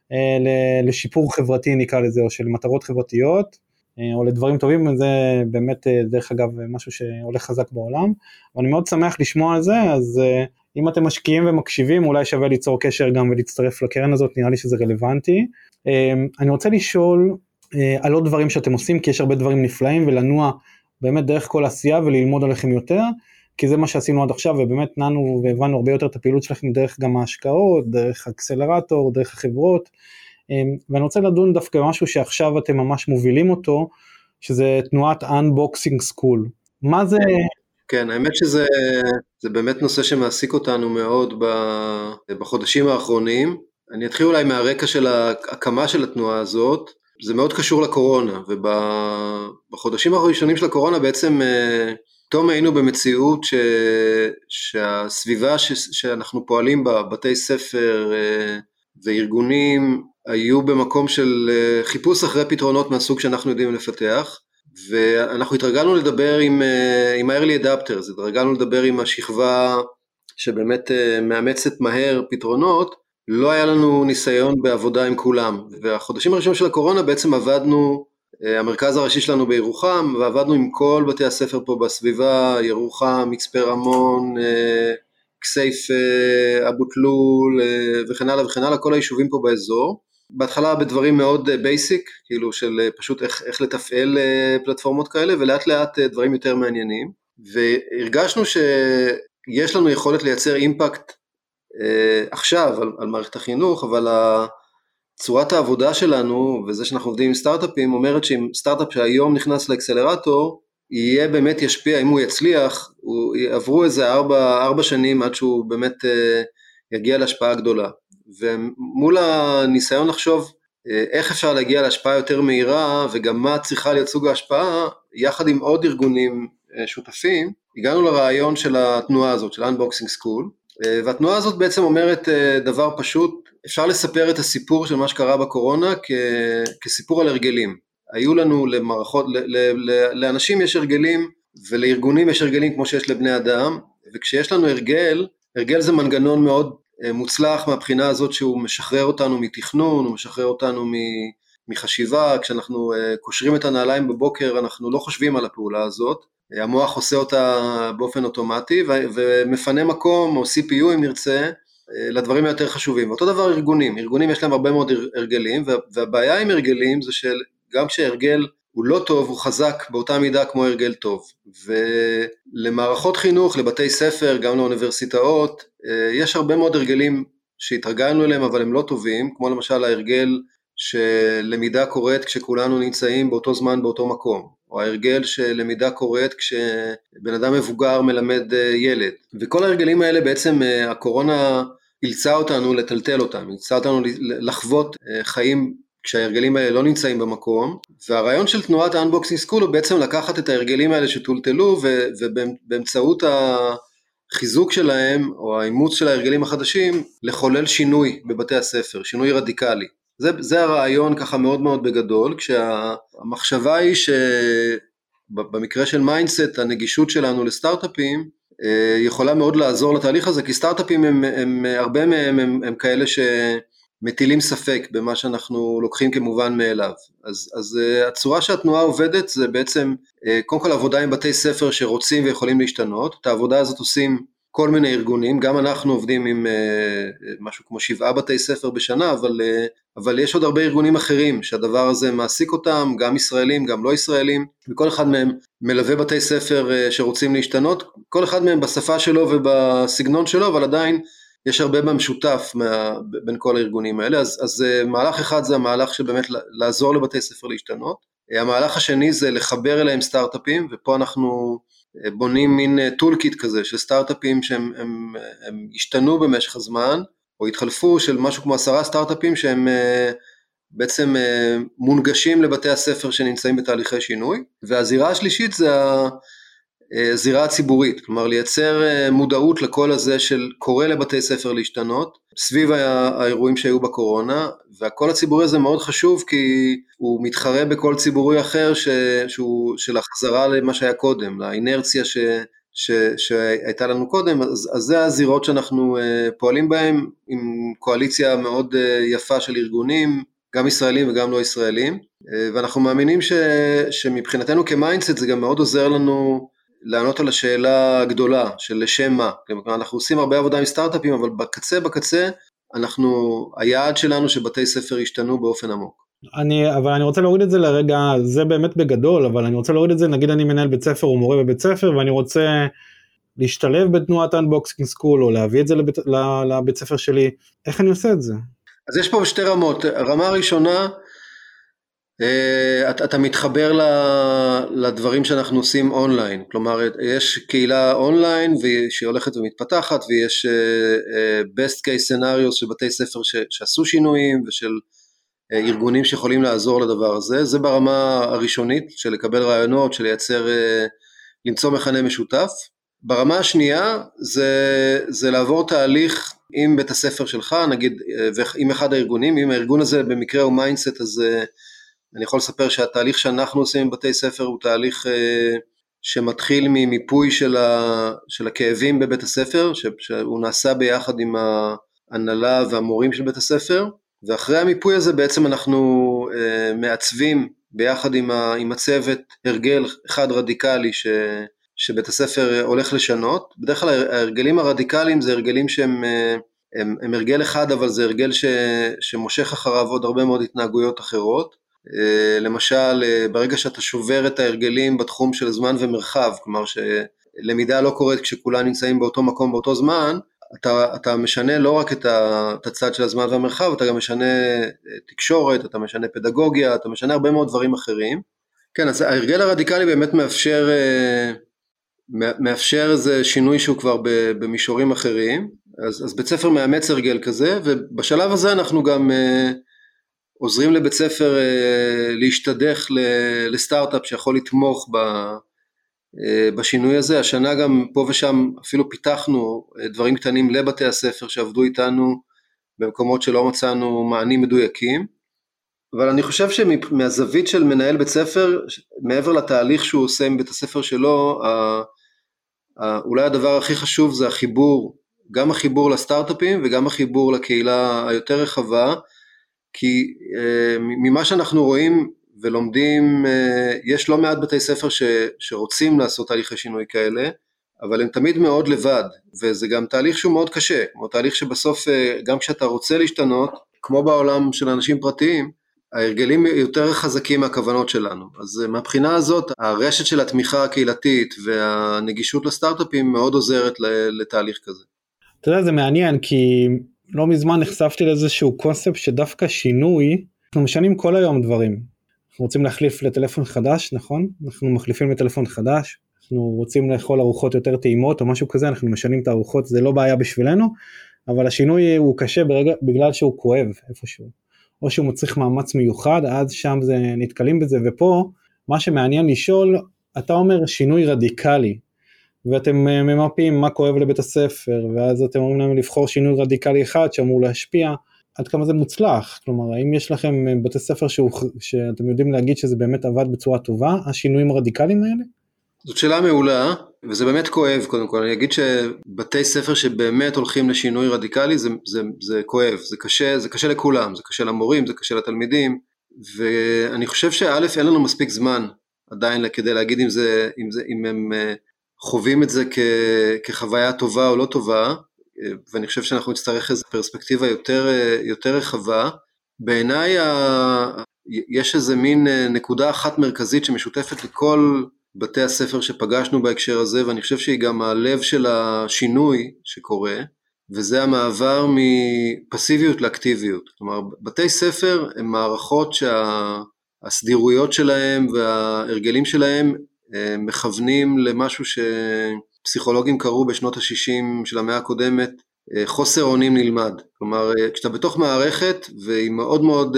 לשיפור חברתי נקרא לזה, או של מטרות חברתיות, או לדברים טובים, זה באמת דרך אגב משהו שהולך חזק בעולם, ואני מאוד שמח לשמוע על זה, אז אם אתם משקיעים ומקשיבים, אולי שווה ליצור קשר גם ולהצטרף לקרן הזאת, נראה לי שזה רלוונטי. אני רוצה לשאול על עוד דברים שאתם עושים, כי יש הרבה דברים נפלאים, ולנוע באמת דרך כל עשייה וללמוד עליכם יותר, כי זה מה שעשינו עד עכשיו, ובאמת נענו והבנו הרבה יותר את הפעילות שלכם, דרך גם ההשקעות, דרך האקסלרטור, דרך החברות, ואני רוצה לדון דווקא משהו שעכשיו אתם ממש מובילים אותו, שזה תנועת Unboxing School. מה זה? כן, האמת שזה זה באמת נושא שמעסיק אותנו מאוד בחודשים האחרונים. אני אתחיל אולי מהרקע של ההקמה של התנועה הזאת, זה מאוד קשור לקורונה, ובחודשים הראשונים של הקורונה בעצם פתאום היינו במציאות ש, שהסביבה ש, שאנחנו פועלים בה, בתי ספר וארגונים, היו במקום של חיפוש אחרי פתרונות מהסוג שאנחנו יודעים לפתח, ואנחנו התרגלנו לדבר עם, עם ה-early adapters, התרגלנו לדבר עם השכבה שבאמת מאמצת מהר פתרונות, לא היה לנו ניסיון בעבודה עם כולם, והחודשים הראשונים של הקורונה בעצם עבדנו, המרכז הראשי שלנו בירוחם, ועבדנו עם כל בתי הספר פה בסביבה, ירוחם, מצפה רמון, כסייפה, אבו תלול וכן הלאה וכן הלאה, כל היישובים פה באזור. בהתחלה בדברים מאוד בייסיק, כאילו של פשוט איך, איך לתפעל פלטפורמות כאלה, ולאט לאט דברים יותר מעניינים, והרגשנו שיש לנו יכולת לייצר אימפקט עכשיו על, על מערכת החינוך, אבל צורת העבודה שלנו, וזה שאנחנו עובדים עם סטארט-אפים, אומרת שאם סטארט-אפ שהיום נכנס לאקסלרטור, יהיה באמת ישפיע, אם הוא יצליח, הוא יעברו איזה ארבע, ארבע שנים עד שהוא באמת יגיע להשפעה גדולה. ומול הניסיון לחשוב איך אפשר להגיע להשפעה יותר מהירה, וגם מה צריכה להיות סוג ההשפעה, יחד עם עוד ארגונים שותפים, הגענו לרעיון של התנועה הזאת, של Unboxing School, והתנועה הזאת בעצם אומרת דבר פשוט, אפשר לספר את הסיפור של מה שקרה בקורונה כ, כסיפור על הרגלים. היו לנו למערכות, ל, ל, ל, לאנשים יש הרגלים, ולארגונים יש הרגלים כמו שיש לבני אדם, וכשיש לנו הרגל, הרגל זה מנגנון מאוד מוצלח מהבחינה הזאת שהוא משחרר אותנו מתכנון, הוא משחרר אותנו מחשיבה, כשאנחנו קושרים את הנעליים בבוקר, אנחנו לא חושבים על הפעולה הזאת, המוח עושה אותה באופן אוטומטי, ומפנה מקום, או סי פי יו אם נרצה, לדברים היותר חשובים. ואותו דבר ארגונים, ארגונים יש להם הרבה מאוד הרגלים, והבעיה עם הרגלים זה שגם כשהרגל הוא לא טוב, הוא חזק באותה מידה כמו הרגל טוב. ולמערכות חינוך, לבתי ספר, גם לאוניברסיטאות, יש הרבה מאוד הרגלים שהתרגלנו אליהם, אבל הם לא טובים, כמו למשל ההרגל שלמידה קורית כשכולנו נמצאים באותו זמן באותו מקום, או ההרגל שלמידה קורית כשבן אדם מבוגר מלמד ילד. וכל ההרגלים האלה בעצם הקורונה אילצה אותנו לטלטל אותם, אילצה אותנו לחוות חיים כשההרגלים האלה לא נמצאים במקום, והרעיון של תנועת Unboxing School הוא בעצם לקחת את ההרגלים האלה שטולטלו, ובאמצעות החיזוק שלהם, או האימוץ של ההרגלים החדשים, לחולל שינוי בבתי הספר, שינוי רדיקלי. זה, זה הרעיון ככה מאוד מאוד בגדול, כשהמחשבה היא שבמקרה של מיינדסט, הנגישות שלנו לסטארט-אפים, יכולה מאוד לעזור לתהליך הזה, כי סטארט-אפים הם, הם, הרבה מהם הם, הם כאלה שמטילים ספק במה שאנחנו לוקחים כמובן מאליו. אז, אז הצורה שהתנועה עובדת זה בעצם, קודם כל עבודה עם בתי ספר שרוצים ויכולים להשתנות, את העבודה הזאת עושים כל מיני ארגונים, גם אנחנו עובדים עם משהו כמו שבעה בתי ספר בשנה, אבל, אבל יש עוד הרבה ארגונים אחרים שהדבר הזה מעסיק אותם, גם ישראלים, גם לא ישראלים, וכל אחד מהם מלווה בתי ספר שרוצים להשתנות, כל אחד מהם בשפה שלו ובסגנון שלו, אבל עדיין יש הרבה במשותף מה, בין כל הארגונים האלה. אז, אז מהלך אחד זה המהלך שבאמת לעזור לבתי ספר להשתנות, המהלך השני זה לחבר אליהם סטארט-אפים, ופה אנחנו בונים מין טולקיט כזה של סטארט-אפים שהם הם, הם השתנו במשך הזמן, או התחלפו של משהו כמו עשרה סטארט-אפים שהם בעצם מונגשים לבתי הספר שנמצאים בתהליכי שינוי, והזירה השלישית זה הזירה הציבורית, כלומר לייצר מודעות לכל הזה של קורא לבתי ספר להשתנות, סביב האירועים שהיו בקורונה, והכל הציבורי הזה מאוד חשוב, כי הוא מתחרה בכל ציבורי אחר ש, שהוא, של החזרה למה שהיה קודם, לאינרציה ש, ש, שהייתה לנו קודם, אז, אז זה הזירות שאנחנו פועלים בהם, עם קואליציה מאוד יפה של ארגונים, גם ישראלים וגם לא ישראלים, ואנחנו מאמינים ש, שמבחינתנו כמיינדסט זה גם מאוד עוזר לנו לענות על השאלה הגדולה של לשם מה. כלומר, אנחנו עושים הרבה עבודה עם סטארט-אפים, אבל בקצה בקצה אנחנו, היעד שלנו שבתי ספר ישתנו באופן עמוק. אני, אבל אני רוצה להוריד את זה לרגע, זה באמת בגדול, אבל אני רוצה להוריד את זה, נגיד אני מנהל בית ספר או מורה בבית ספר, ואני רוצה להשתלב בתנועת Unboxing School, או להביא את זה לבית, לבית ספר שלי, איך אני עושה את זה? אז יש פה שתי רמות. הרמה הראשונה, אתה, אתה מתחבר לדברים שאנחנו עושים אונליין, כלומר יש קהילה אונליין שהולכת ומתפתחת, ויש best case scenarios של בתי ספר שעשו שינויים ושל ארגונים שיכולים לעזור לדבר הזה. זה ברמה הראשונית של לקבל רעיונות, של לייצר, למצוא מכנה משותף. ברמה השנייה זה, זה לעבור תהליך עם בית הספר שלך, נגיד עם אחד הארגונים, אם הארגון הזה במקרה הוא מיינדסט, אז אני יכול לספר שהתהליך שאנחנו עושים עם בתי ספר הוא תהליך אה, שמתחיל ממיפוי של, ה, של הכאבים בבית הספר, ש, שהוא נעשה ביחד עם ההנהלה והמורים של בית הספר, ואחרי המיפוי הזה בעצם אנחנו אה, מעצבים ביחד עם, ה, עם הצוות הרגל אחד רדיקלי ש, שבית הספר הולך לשנות. בדרך כלל ההרגלים הרדיקליים זה הרגלים שהם הם, הם הרגל אחד, אבל זה הרגל ש, שמושך אחריו עוד הרבה מאוד התנהגויות אחרות. למשל, ברגע שאתה שובר את ההרגלים בתחום של זמן ומרחב, כלומר שלמידה לא קורית כשכולם נמצאים באותו מקום באותו זמן, אתה, אתה משנה לא רק את הצד של הזמן והמרחב, אתה גם משנה תקשורת, אתה משנה פדגוגיה, אתה משנה הרבה מאוד דברים אחרים. כן, אז ההרגל הרדיקלי באמת מאפשר, מאפשר איזה שינוי שהוא כבר במישורים אחרים, אז, אז בית ספר מאמץ הרגל כזה, ובשלב הזה אנחנו גם עוזרים לבית ספר להשתדך לסטארט-אפ שיכול לתמוך בשינוי הזה. השנה גם פה ושם אפילו פיתחנו דברים קטנים לבתי הספר שעבדו איתנו במקומות שלא מצאנו מענים מדויקים, אבל אני חושב שמהזווית של מנהל בית ספר, מעבר לתהליך שהוא עושה עם בית הספר שלו, אולי הדבר הכי חשוב זה החיבור, גם החיבור לסטארט-אפים וגם החיבור לקהילה היותר רחבה, כי uh, ממה שאנחנו רואים ולומדים, uh, יש לא מעט בתי ספר ש, שרוצים לעשות תהליכי שינוי כאלה, אבל הם תמיד מאוד לבד, וזה גם תהליך שהוא מאוד קשה, כמו תהליך שבסוף, uh, גם כשאתה רוצה להשתנות, כמו בעולם של אנשים פרטיים, ההרגלים יותר חזקים מהכוונות שלנו. אז uh, מהבחינה הזאת, הרשת של התמיכה הקהילתית והנגישות לסטארט-אפים מאוד עוזרת לתהליך כזה. אתה יודע, זה מעניין, כי לא מזמן נחשפתי לאיזשהו קונספט שדווקא שינוי, אנחנו משנים כל היום דברים. אנחנו רוצים להחליף לטלפון חדש, נכון? אנחנו מחליפים לטלפון חדש, אנחנו רוצים לאכול ארוחות יותר טעימות או משהו כזה, אנחנו משנים את הארוחות, זה לא בעיה בשבילנו, אבל השינוי הוא קשה ברגע, בגלל שהוא כואב איפשהו, או שהוא מצריך מאמץ מיוחד, אז שם זה, נתקלים בזה, ופה מה שמעניין לשאול, אתה אומר שינוי רדיקלי, ואתם ממפים מה כואב לבית הספר, ואז אתם אומרים להם לבחור שינוי רדיקלי אחד שאמור להשפיע, עד כמה זה מוצלח, כלומר, האם יש לכם בתי ספר שהוא, שאתם יודעים להגיד שזה באמת עבד בצורה טובה, השינויים הרדיקליים האלה? זאת שאלה מעולה, וזה באמת כואב, קודם כל, אני אגיד שבתי ספר שבאמת הולכים לשינוי רדיקלי, זה, זה, זה כואב, זה קשה, זה קשה לכולם, זה קשה למורים, זה קשה לתלמידים, ואני חושב שא' אין לנו מספיק זמן, עדיין כדי להגיד אם זה, אם זה, אם הם חווים את זה כ, כחוויה טובה או לא טובה, ואני חושב שאנחנו נצטרך איזו פרספקטיבה יותר, יותר רחבה. בעיניי יש איזה מין נקודה אחת מרכזית שמשותפת לכל בתי הספר שפגשנו בהקשר הזה, ואני חושב שהיא גם הלב של השינוי שקורה, וזה המעבר מפסיביות לאקטיביות. כלומר, בתי ספר הם מערכות שהסדירויות שלהם וההרגלים שלהם מכוונים למשהו שפסיכולוגים קראו בשנות ה-שישים של המאה הקודמת, חוסר אונים נלמד, כלומר כשאתה בתוך מערכת והיא מאוד מאוד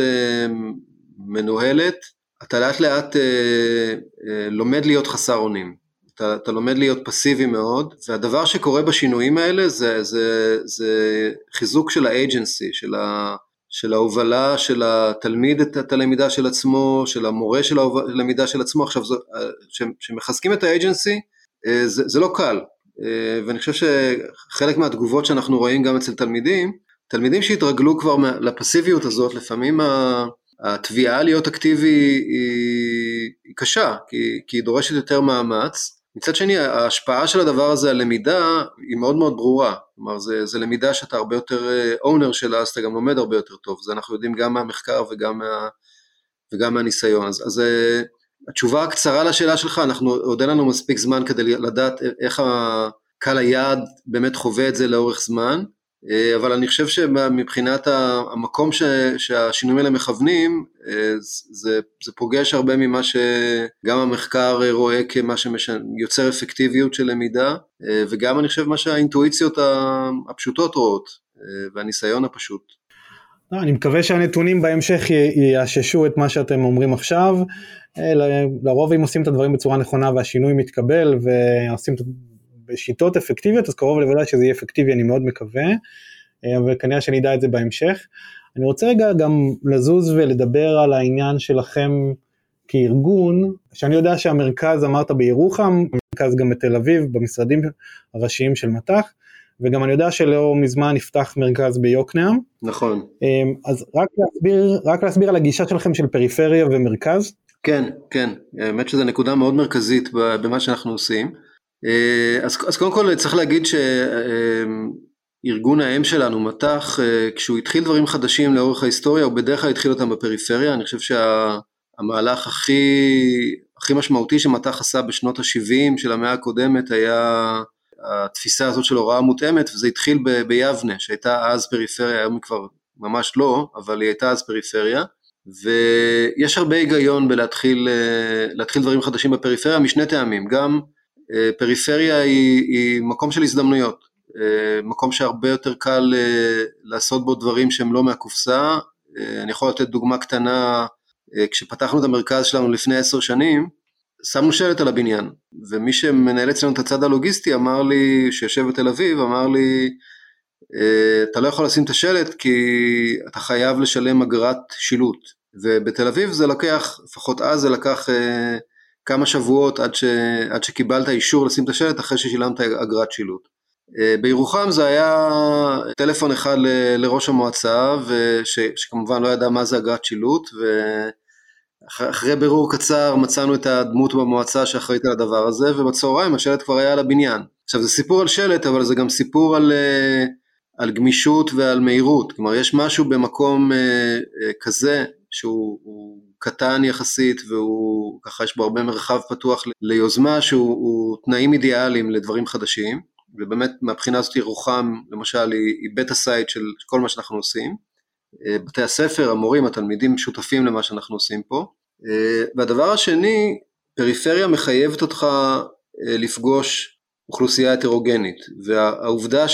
מנוהלת, אתה לאט לאט לומד להיות חסר אונים, אתה, אתה לומד להיות פסיבי מאוד, והדבר שקורה בשינויים האלה זה, זה, זה חיזוק של האג'נסי, של, ה, של ההובלה של התלמיד את הלמידה של עצמו, של המורה של הלמידה של עצמו. עכשיו שמחזקים את האג'נסי זה, זה לא קל, ואני חושב שחלק מהתגובות שאנחנו רואים גם אצל תלמידים, תלמידים שהתרגלו כבר לפסיביות הזאת, לפעמים התביעה להיות אקטיבי היא, היא קשה, כי, כי היא דורשת יותר מאמץ. מצד שני, ההשפעה של הדבר הזה על למידה היא מאוד מאוד ברורה, כלומר זה, זה למידה שאתה הרבה יותר אונר שלה, אז אתה גם לומד הרבה יותר טוב, זה אנחנו יודעים גם מהמחקר וגם, מה, וגם מהניסיון. אז, אז התשובה הקצרה לשאלה שלך, אנחנו עוד אין לנו מספיק זמן כדי לדעת איך קהל היעד באמת חווה את זה לאורך זמן, אבל אני חושב שמבחינת המקום שהשינויים האלה מכוונים, זה, זה פוגש הרבה ממה שגם המחקר רואה כמה שיוצר אפקטיביות של למידה, וגם אני חושב מה שהאינטואיציות הפשוטות רואות, והניסיון הפשוט. אני מקווה שהנתונים בהמשך יאששו את מה שאתם אומרים עכשיו, לרוב אם עושים את הדברים בצורה נכונה והשינוי מתקבל ועושים את בשיטות אפקטיביות, אז קרוב לוודאי שזה יהיה אפקטיבי, אני מאוד מקווה, וכנראה שאני אדע את זה בהמשך. אני רוצה רגע גם לזוז ולדבר על העניין שלכם כארגון, שאני יודע שהמרכז אמרת בירוחם, המרכז גם בתל אביב, במשרדים הראשיים של מתח, וגם אני יודע שלא מזמן נפתח מרכז ביוקנעם. נכון. אז רק להסביר, רק להסביר על הגישה שלכם של פריפריה ומרכז. כן, כן, האמת שזו נקודה מאוד מרכזית במה שאנחנו עושים. אז, אז קודם כל צריך להגיד שארגון האם שלנו, מתח, כשהוא התחיל דברים חדשים לאורך ההיסטוריה, הוא בדרך כלל התחיל אותם בפריפריה. אני חושב שהמהלך הכי, הכי משמעותי שמתח עשה בשנות ה-שבעים של המאה הקודמת, היה התפיסה הזאת של הוראה מותאמת, וזה התחיל ב- ביבנה, שהייתה אז פריפריה, היום היא כבר ממש לא, אבל היא הייתה אז פריפריה, ויש הרבה היגיון בלהתחיל להתחיל דברים חדשים בפריפריה, משני טעמים. גם פריפריה היא, היא מקום של הזדמנויות, מקום שהרבה יותר קל לעשות בו דברים שהם לא מהקופסה. אני יכול לתת דוגמה קטנה, כשפתחנו את המרכז שלנו לפני עשר שנים, שמנו שלט על הבניין, ומי שמנהל אצלנו את הצד הלוגיסטי אמר לי, שיושב בתל אביב, אמר לי, אתה לא יכול לשים את השלט כי אתה חייב לשלם אגרת שילוט, ובתל אביב זה לקח, לפחות אז זה לקח כמה שבועות עד, ש, עד שקיבלת אישור לשים את השלט אחרי ששילמת אגרת שילוט. בירוחם זה היה טלפון אחד ל, לראש המועצה, וש, שכמובן לא ידע מה זה אגרת שילוט, ואחרי בירור קצר מצאנו את הדמות במועצה שאחראית על הדבר הזה, ובצהריים השלט כבר היה על הבניין. עכשיו זה סיפור על שלט, אבל זה גם סיפור על, על גמישות ועל מהירות, כלומר יש משהו במקום כזה, שהוא קטן יחסית, והוא ככה יש בו הרבה מרחב פתוח ליוזמה, שהוא תנאים אידיאליים לדברים חדשים, ובאמת מהבחינה הזאת ירוחם למשל היא, היא בית הסייט של כל מה שאנחנו עושים, בתי הספר, המורים, התלמידים שותפים למה שאנחנו עושים פה. והדבר השני, פריפריה מחייבת אותך לפגוש אוכלוסייה הטרוגנית, והעובדה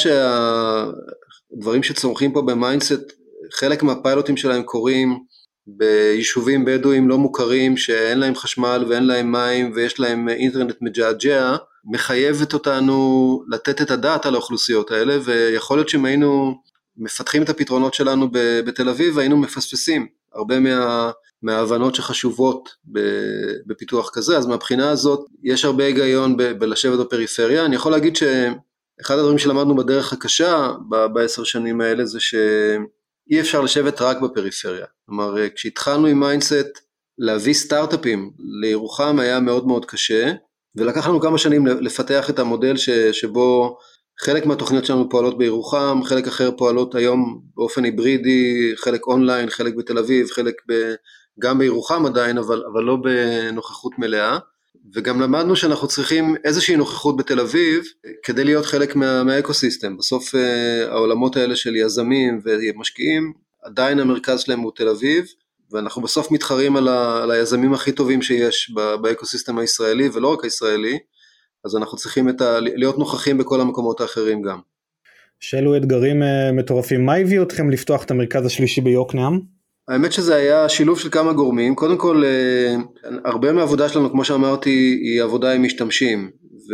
שהדברים שצורכים פה במיינדסט, חלק מהפיילוטים שלהם קורים ביישובים בדואים לא מוכרים, שאין להם חשמל ואין להם מים ויש להם אינטרנט מג'עג'ע, מחייבת אותנו לתת את הדעת על האוכלוסיות האלה, ויכול להיות שאם היינו מפתחים את הפתרונות שלנו בתל אביב, היינו מפספסים הרבה מה, מההבנות שחשובות בפיתוח כזה. אז מהבחינה הזאת יש הרבה היגיון ב, בלשבת בפריפריה. אני יכול להגיד שאחד הדברים שלמדנו בדרך הקשה בעשר שנים האלה, זה שאי אפשר לשבת רק בפריפריה. כלומר, כשהתחלנו עם מיינדסט, להביא סטארט-אפים לירוחם היה מאוד מאוד קשה, ולקח לנו כמה שנים לפתח את המודל ש, שבו חלק מהתוכניות שלנו פועלות בירוחם, חלק אחר פועלות היום באופן היברידי, חלק אונליין, חלק בתל אביב, חלק ב, גם בירוחם עדיין, אבל, אבל לא בנוכחות מלאה, וגם למדנו שאנחנו צריכים איזושהי נוכחות בתל אביב, כדי להיות חלק מה, מהאקוסיסטם. בסוף העולמות האלה של יזמים ומשקיעים, עדיין המרכז שלהם הוא תל אביב, ואנחנו בסוף מתחרים על, ה, על היזמים הכי טובים שיש באקוסיסטם הישראלי, ולא רק הישראלי, אז אנחנו צריכים את ה, להיות נוכחים בכל המקומות האחרים גם. שאלו אתגרים מטורפים. מה הביא אתכם לפתוח את המרכז השלישי ביוקנעם? האמת שזה היה שילוב של כמה גורמים. קודם כל, הרבה מהעבודה שלנו, כמו שאמרתי, היא עבודה עם משתמשים,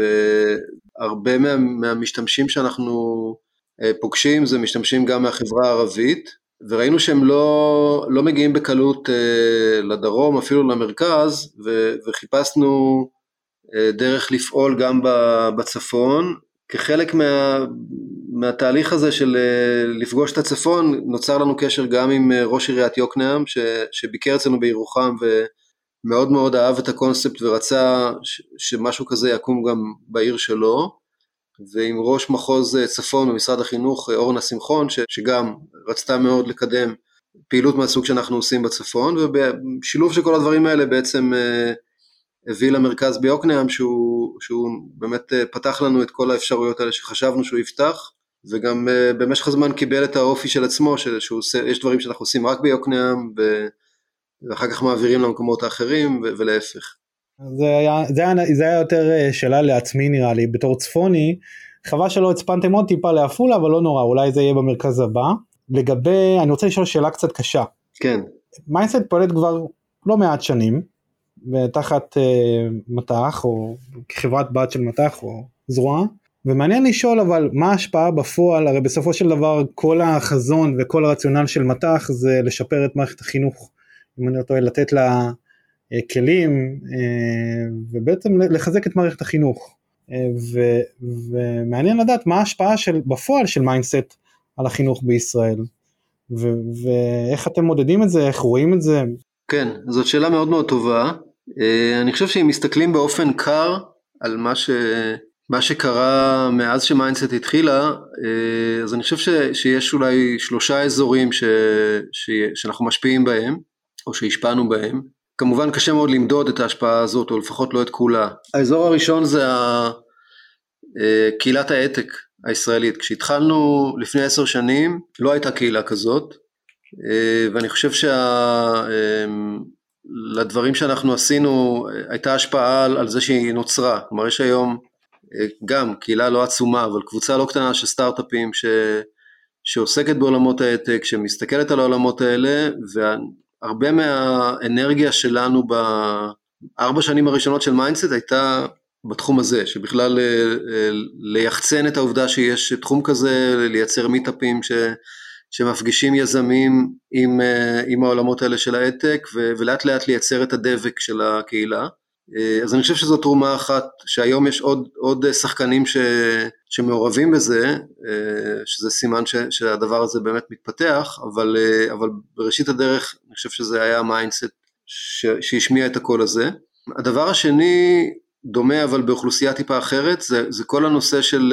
והרבה מה, מהמשתמשים שאנחנו פוגשים זה משתמשים גם מהחברה הערבית, וראינו שהם לא, לא מגיעים בקלות לדרום, אפילו למרכז, וחיפשנו דרך לפעול גם בצפון. כחלק מה, מהתהליך הזה של לפגוש את הצפון, נוצר לנו קשר גם עם ראש עיריית יוקנעם, ש, שביקר אצלנו בירוחם, ומאוד מאוד אהב את הקונספט, ורצה ש, שמשהו כזה יקום גם בעיר שלו, ועם ראש מחוז צפון במשרד החינוך, אורנה שמחון, ש, שגם רצתה מאוד לקדם פעילות מהסוג שאנחנו עושים בצפון, ובשילוב של כל הדברים האלה בעצם הביא למרכז ביוקנעם, שהוא, שהוא באמת פתח לנו את כל האפשרויות האלה שחשבנו שהוא יפתח, וגם במשך הזמן קיבל את האופי של עצמו, שיש דברים שאנחנו עושים רק ביוקנעם, ואחר כך מעבירים למקומות האחרים, ולהפך. זה היה, זה היה, זה היה יותר שאלה לעצמי נראה לי, בתור צפוני, חווה שלא הצפנתם עוד טיפה לעפולה, אבל לא נורא, אולי זה יהיה במרכז הבא. לגבי, אני רוצה לשאול שאלה קצת קשה. כן. מיינסט פועלת כבר לא מעט שנים, ותחת uh, מתח, או חברת בת של מתח, או זרוע, ומעניין לשאול אבל מה ההשפעה בפועל, הרי בסופו של דבר כל החזון וכל הרציונל של מתח זה לשפר את מערכת החינוך, אם אני רוצה לתת לה uh, כלים, uh, ובעצם לחזק את מערכת החינוך, uh, ו, ומעניין לדעת מה ההשפעה של, בפועל של מיינסט על החינוך בישראל, ו, ואיך אתם מודדים את זה, איך רואים את זה? כן, זאת שאלה מאוד מאוד טובה. אני חושב שאם מסתכלים באופן קר על מה, ש... מה שקרה מאז שמיינסט התחילה, אז אני חושב ש... שיש אולי שלושה אזורים ש... ש... שאנחנו משפיעים בהם, או שהשפענו בהם. כמובן קשה מאוד למדוד את ההשפעה הזאת, או לפחות לא את כולה. האזור הראשון זה קהילת ההייטק הישראלית. כשהתחלנו לפני עשר שנים, לא הייתה קהילה כזאת, ואני חושב שלדברים שאנחנו עשינו הייתה השפעה על זה שהיא נוצרה. כלומר יש היום גם קהילה לא עצומה, אבל קבוצה לא קטנה של סטארט-אפים ש... שעוסקת בעולמות ההייטק, שמסתכלת על העולמות האלה, והרבה מהאנרגיה שלנו בארבע שנים הראשונות של מיינסט הייתה בתחום הזה, שבכלל ליחצן את העובדה שיש תחום כזה, לייצר מיטאפים ש... שמפגישים יזמים עם, עם העולמות האלה של ההייטק, ולאט לאט לייצר את הדבק של הקהילה. אז אני חושב שזו תרומה אחת, שהיום יש עוד, עוד שחקנים ש, שמעורבים בזה, שזה סימן ש, שהדבר הזה באמת מתפתח, אבל, אבל בראשית הדרך אני חושב שזה היה המיינדסט שהשמיע את הקול הזה. הדבר השני דומה אבל באוכלוסייה טיפה אחרת, זה, זה כל הנושא של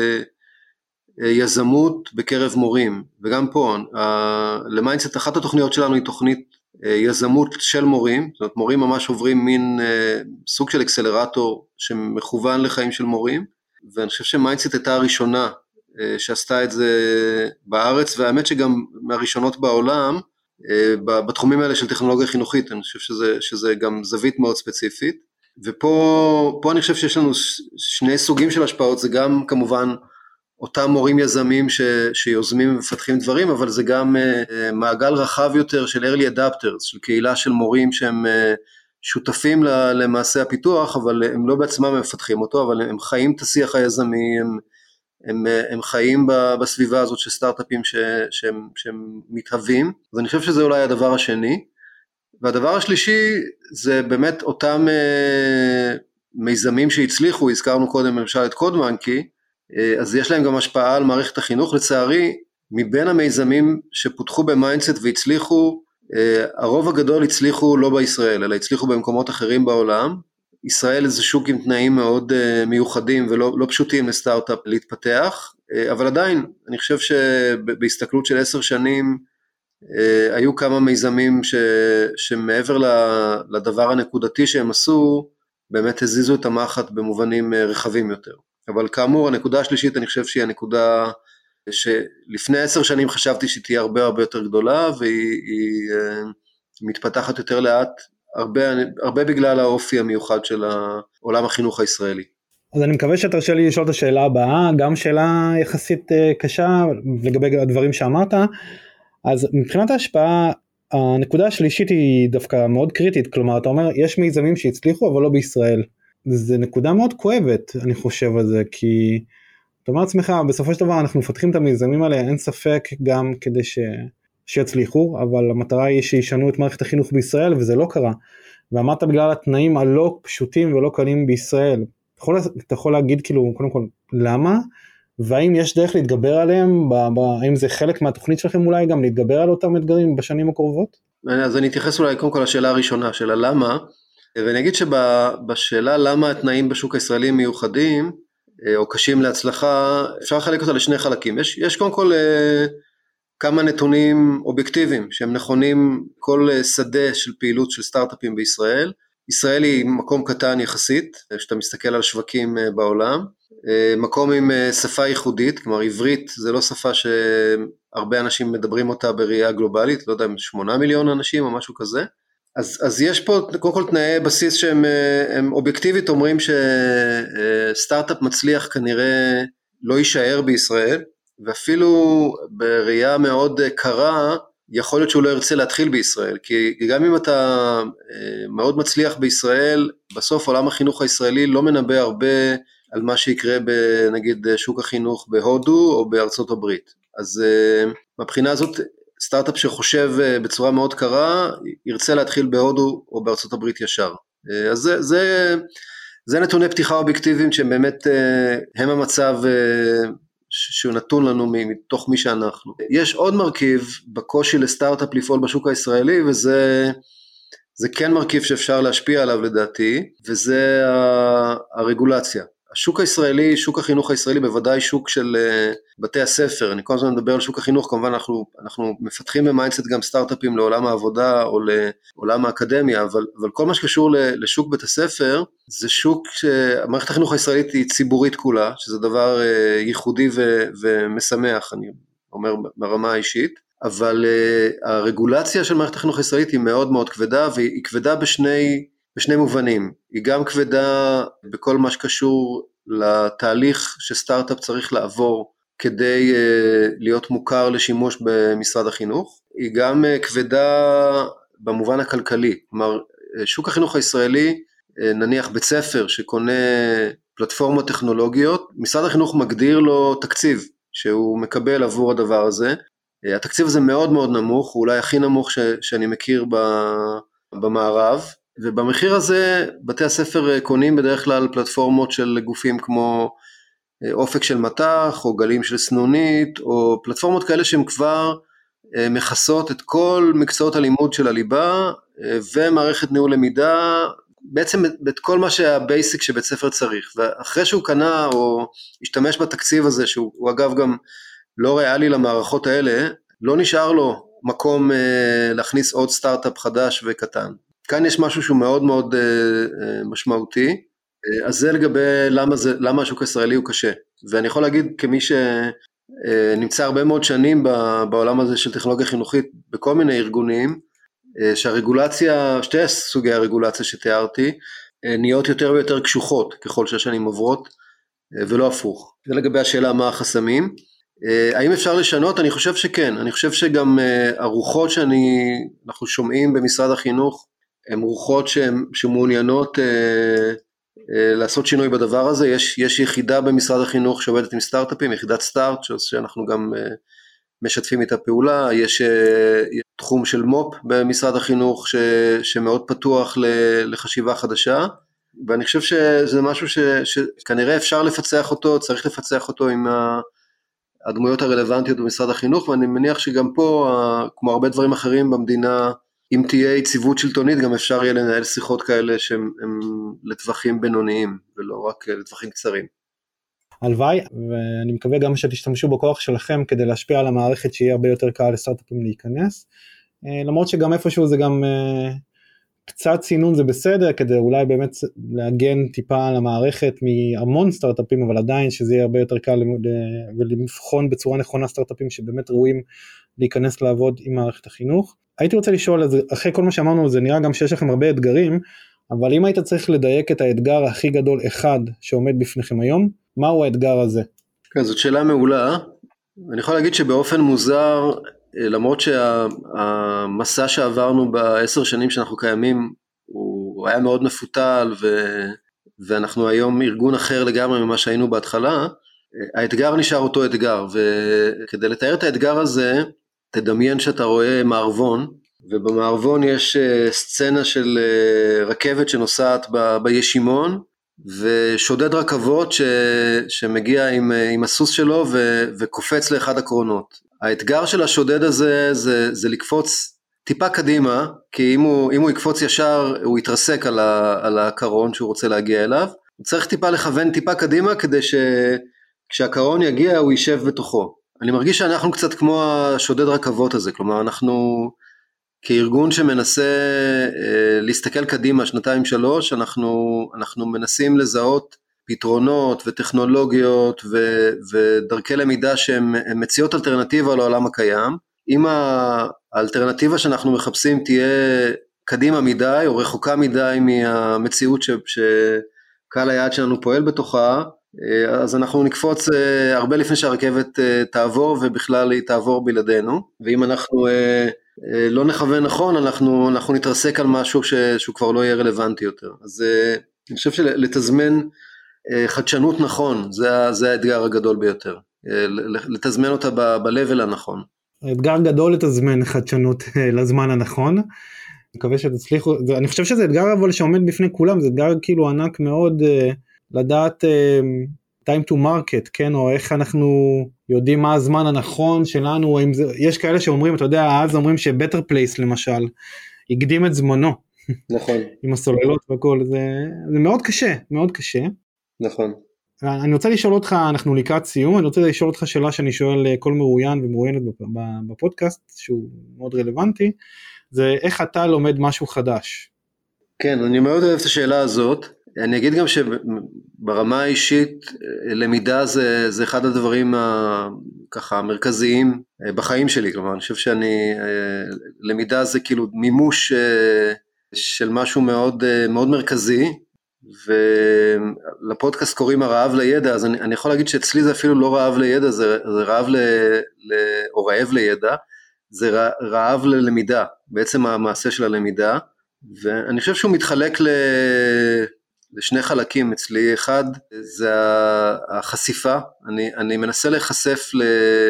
יזמות בקרב מורים, וגם פה, למיינדסט אחת התוכניות שלנו היא תוכנית יזמות של מורים, זאת אומרת מורים ממש עוברים מין סוג של אקסלרטור שמכוון לחיים של מורים, ואני חושב שמיינדסט הייתה הראשונה שעשתה את זה בארץ, והאמת שגם מהראשונות בעולם, בתחומים האלה של טכנולוגיה חינוכית, אני חושב שזה, שזה גם זווית מאוד ספציפית, ופה פה אני חושב שיש לנו שני סוגים של השפעות, זה גם כמובן אותם מורים יזמים ש, שיוזמים ומפתחים דברים, אבל זה גם uh, מעגל רחב יותר של early adapters, של קהילה של מורים שהם uh, שותפים למעשה הפיתוח, אבל הם לא בעצמם מפתחים אותו, אבל הם חיים את השיח היזמי, הם, הם, הם חיים בסביבה הזאת של סטארט-אפים ש, שהם, שהם מתהווים, אז אני חושב שזה אולי הדבר השני. והדבר השלישי זה באמת אותם uh, מיזמים שהצליחו, הזכרנו קודם למשל את קודמנקי, אז יש להם גם השפעה על מערכת החינוך. לצערי, מבין המיזמים שפותחו במיינדסט והצליחו, הרוב הגדול הצליחו לא בישראל, אלא הצליחו במקומות אחרים בעולם. ישראל זה שוק עם תנאים מאוד מיוחדים ולא לא פשוטים לסטארט-אפ להתפתח, אבל עדיין, אני חושב שבהסתכלות של עשר שנים, היו כמה מיזמים ש, שמעבר לדבר הנקודתי שהם עשו, באמת הזיזו את המחט במובנים רחבים יותר. אבל כאמור, הנקודה השלישית אני חושב שהיא הנקודה שלפני עשר שנים חשבתי שתהיה הרבה הרבה יותר גדולה, והיא היא, מתפתחת יותר לאט, הרבה, הרבה בגלל האופי המיוחד של עולם החינוך הישראלי. אז אני מקווה שתרשה לי לשאול את השאלה הבאה, גם שאלה יחסית קשה לגבי הדברים שאמרת. אז מבחינת ההשפעה, הנקודה השלישית היא דווקא מאוד קריטית, כלומר אתה אומר יש מיזמים שהצליחו אבל לא בישראל, זה נקודה מאוד כואבת אני חושב על זה, כי אתה אומר לעצמך בסופו של דבר אנחנו מפתחים את המיזמים האלה, אין ספק גם כדי ש... שיצליחו, אבל המטרה היא שישנו את מערכת החינוך בישראל וזה לא קרה, ואמרת בגלל התנאים הלא פשוטים ולא קלים בישראל, אתה יכול, אתה יכול להגיד כאילו קודם כל למה, והאם יש דרך להתגבר עליהם, האם זה חלק מהתוכנית שלכם אולי גם להתגבר על אותם אתגרים בשנים הקרובות? אז אני אתייחס אולי קודם כל לשאלה הראשונה, שאלה למה, ואני אגיד שבשאלה למה התנאים בשוק הישראלי מיוחדים, או קשים להצלחה, אפשר לחלק אותה לשני חלקים. יש, יש קודם כל כמה נתונים אובייקטיביים, שהם נכונים כל שדה של פעילות של סטארט-אפים בישראל. ישראל היא מקום קטן יחסית, שאתה מסתכל על שווקים בעולם, מקום עם שפה ייחודית, כלומר עברית זה לא שפה שהרבה אנשים מדברים אותה בראייה גלובלית, לא יודע, שמונה מיליון אנשים או משהו כזה, אז, אז יש פה קודם כל תנאי בסיס שהם הם אובייקטיבית, אומרים שסטארט-אפ מצליח כנראה לא יישאר בישראל, ואפילו בראייה מאוד קרה, יכול להיות שהוא לא ירצה להתחיל בישראל, כי גם אם אתה מאוד מצליח בישראל, בסוף עולם החינוך הישראלי לא מנבא הרבה על מה שיקרה בנגיד שוק החינוך בהודו או בארצות הברית. אז מבחינה הזאת, סטארט-אפ שחושב בצורה מאוד קרה, ירצה להתחיל בהודו או בארצות הברית ישר. אז זה, זה, זה נתוני פתיחה אובייקטיביים שהם באמת, הם המצב שהוא נתון לנו מתוך מי שאנחנו. יש עוד מרכיב בקושי לסטארט-אפ לפעול בשוק הישראלי, וזה זה כן מרכיב שאפשר להשפיע עליו לדעתי, וזה הרגולציה. השוק הישראלי, שוק החינוך הישראלי, בוודאי שוק של בתי הספר, אני כל הזמן מדבר על שוק החינוך, כמובן אנחנו, אנחנו מפתחים במיינדסט גם סטארט-אפים לעולם העבודה או לעולם האקדמיה, אבל, אבל כל מה שקשור לשוק בית הספר, זה שוק שמערכת החינוך הישראלית היא ציבורית כולה, שזה דבר ייחודי ו, ומשמח, אני אומר ברמה האישית, אבל הרגולציה של מערכת החינוך הישראלית היא מאוד מאוד כבדה, והיא כבדה בשני בשני מובנים, היא גם כבדה בכל מה שקשור לתהליך שסטארט-אפ צריך לעבור כדי להיות מוכר לשימוש במשרד החינוך, היא גם כבדה במובן הכלכלי, כלומר שוק החינוך הישראלי, נניח בית ספר שקונה פלטפורמות טכנולוגיות, משרד החינוך מגדיר לו תקציב שהוא מקבל עבור הדבר הזה, התקציב הזה מאוד מאוד נמוך, הוא אולי הכי נמוך ש, שאני מכיר במערב, ובמחיר הזה בתי הספר קונים בדרך כלל פלטפורמות של גופים כמו אופק של מטח או גלים של סנונית או פלטפורמות כאלה שהן כבר מכסות את כל מקצועות הלימוד של הליבה ומערכת ניהול למידה, בעצם את כל מה שהבייסיק שבית ספר צריך, ואחרי שהוא קנה או השתמש בתקציב הזה שהוא אגב גם לא ריאלי למערכות האלה, לא נשאר לו מקום להכניס עוד סטארט-אפ חדש וקטן. כאן יש משהו שהוא מאוד מאוד משמעותי, אז זה לגבי למה, זה, למה השוק הישראלי הוא קשה, ואני יכול להגיד כמי שנמצא הרבה מאוד שנים בעולם הזה של טכנולוגיה חינוכית בכל מיני ארגונים, שהרגולציה, שתי סוגי הרגולציה שתיארתי, נהיות יותר ויותר קשוחות ככל שהשנים עוברות, ולא הפוך. זה לגבי השאלה מה החסמים. האם אפשר לשנות? אני חושב שכן, אני חושב שגם הרוחות שאנחנו שומעים במשרד החינוך, הן רוחות שמעוניינות אה, אה, לעשות שינוי בדבר הזה, יש, יש יחידה במשרד החינוך שעובדת עם סטארט-אפים, יחידת סטארט, שאנחנו גם אה, משתפים איתה פעולה, יש אה, תחום של מופ במשרד החינוך ש, שמאוד פתוח לחשיבה חדשה, ואני חושב שזה משהו ש, שכנראה אפשר לפצח אותו, צריך לפצח אותו עם הדמויות הרלוונטיות במשרד החינוך, ואני מניח שגם פה, כמו הרבה דברים אחרים במדינה, אם תהיה יציבות שלטונית, גם אפשר יהיה לנהל שיחות כאלה שהם לטווחים בינוניים, ולא רק לטווחים קצרים. הלוואי, ואני מקווה גם שתשתמשו בכוח שלכם, כדי להשפיע על המערכת, שיהיה הרבה יותר קל לסטארט-אפים להיכנס, למרות שגם איפשהו זה גם קצת סינון זה בסדר, כדי אולי באמת להגן טיפה על המערכת מהמון סטארט-אפים, אבל עדיין שזה יהיה הרבה יותר קל, ולבחון בצורה נכונה סטארט-אפים שבאמת ראויים להיכנס לעבוד עם מערכת החינוך. הייתי רוצה לשאול, אחרי כל מה שאמרנו, זה נראה גם שיש לכם הרבה אתגרים, אבל אם היית צריך לדייק את האתגר הכי גדול אחד שעומד בפניכם היום, מהו האתגר הזה? כן, זאת שאלה מעולה. אני יכול להגיד שבאופן מוזר, למרות שהמסע שעברנו בעשר שנים שאנחנו קיימים, הוא היה מאוד מפותל, ו... ואנחנו היום ארגון אחר לגמרי ממה שהיינו בהתחלה, האתגר נשאר אותו אתגר, וכדי לתאר את האתגר הזה, תדמיין שאתה רואה מערבון, ובמערבון יש סצנה של רכבת שנוסעת ב... בישימון, ושודד רכבות ש... שמגיע עם, עם הסוס שלו ו... וקופץ לאחד הקרונות. האתגר של השודד הזה זה, זה לקפוץ טיפה קדימה, כי אם הוא, אם הוא יקפוץ ישר הוא יתרסק על, ה... על הקרון שהוא רוצה להגיע אליו, הוא צריך טיפה לכוון טיפה קדימה כדי שכשהקרון יגיע הוא יישב בתוכו. אני מרגיש שאנחנו קצת כמו השודד רכבות הזה, כלומר אנחנו כארגון שמנסה אה, להסתכל קדימה שנתיים שלוש, אנחנו, אנחנו מנסים לזהות פתרונות וטכנולוגיות ו, ודרכי למידה שהן מציעות אלטרנטיבה לעולם הקיים. אם האלטרנטיבה שאנחנו מחפשים תהיה קדימה מדי או רחוקה מדי מהמציאות ש, שקהל היעד שלנו פועל בתוכה, אז אנחנו נקפוץ הרבה לפני שהרכבת תעבור ובכלל היא תעבור בלעדינו, ואם אנחנו לא נכוון נכון אנחנו, אנחנו נתרסק על משהו ש, שהוא כבר לא יהיה רלוונטי יותר. אז אני חושב שלתזמן חדשנות נכון, זה, זה האתגר הגדול ביותר, לתזמן אותה ב-level הנכון. האתגר גדול לתזמן חדשנות לזמן הנכון, אני מקווה שתצליחו, אני חושב שזה אתגר אבל שעומד בפני כולם, זה אתגר כאילו ענק מאוד, לדעת time to market, כן, או איך אנחנו יודעים מה הזמן הנכון שלנו, זה, יש כאלה שאומרים, אתה יודע, אז אומרים ש-Better Place למשל, הקדים את זמנו, נכון. עם הסוללות וכל, זה, זה מאוד קשה, מאוד קשה. נכון. אני רוצה לשאול אותך, אנחנו לקראת סיום, אני רוצה לשאול אותך שאלה שאני שואל כל מרואיין ומרואיינת בפודקאסט, שהוא מאוד רלוונטי, זה איך אתה לומד משהו חדש? כן, אני מאוד אוהב את השאלה הזאת, אני אגיד גם שברמה האישית, למידה זה, זה אחד הדברים ככה המרכזיים בחיים שלי, כלומר, אני חושב שאני, למידה זה כאילו מימוש של משהו מאוד, מאוד מרכזי, ולפודקאסט קוראים הרעב לידע, אז אני, אני יכול להגיד שאצלי זה אפילו לא רעב לידע, זה, זה רעב ל, ל, או רעב לידע, זה רעב ללמידה, בעצם המעשה של הלמידה, ואני חושב שהוא מתחלק ל... לשני חלקים אצלי. אחד זה החשיפה, אני, אני מנסה להיחשף ל,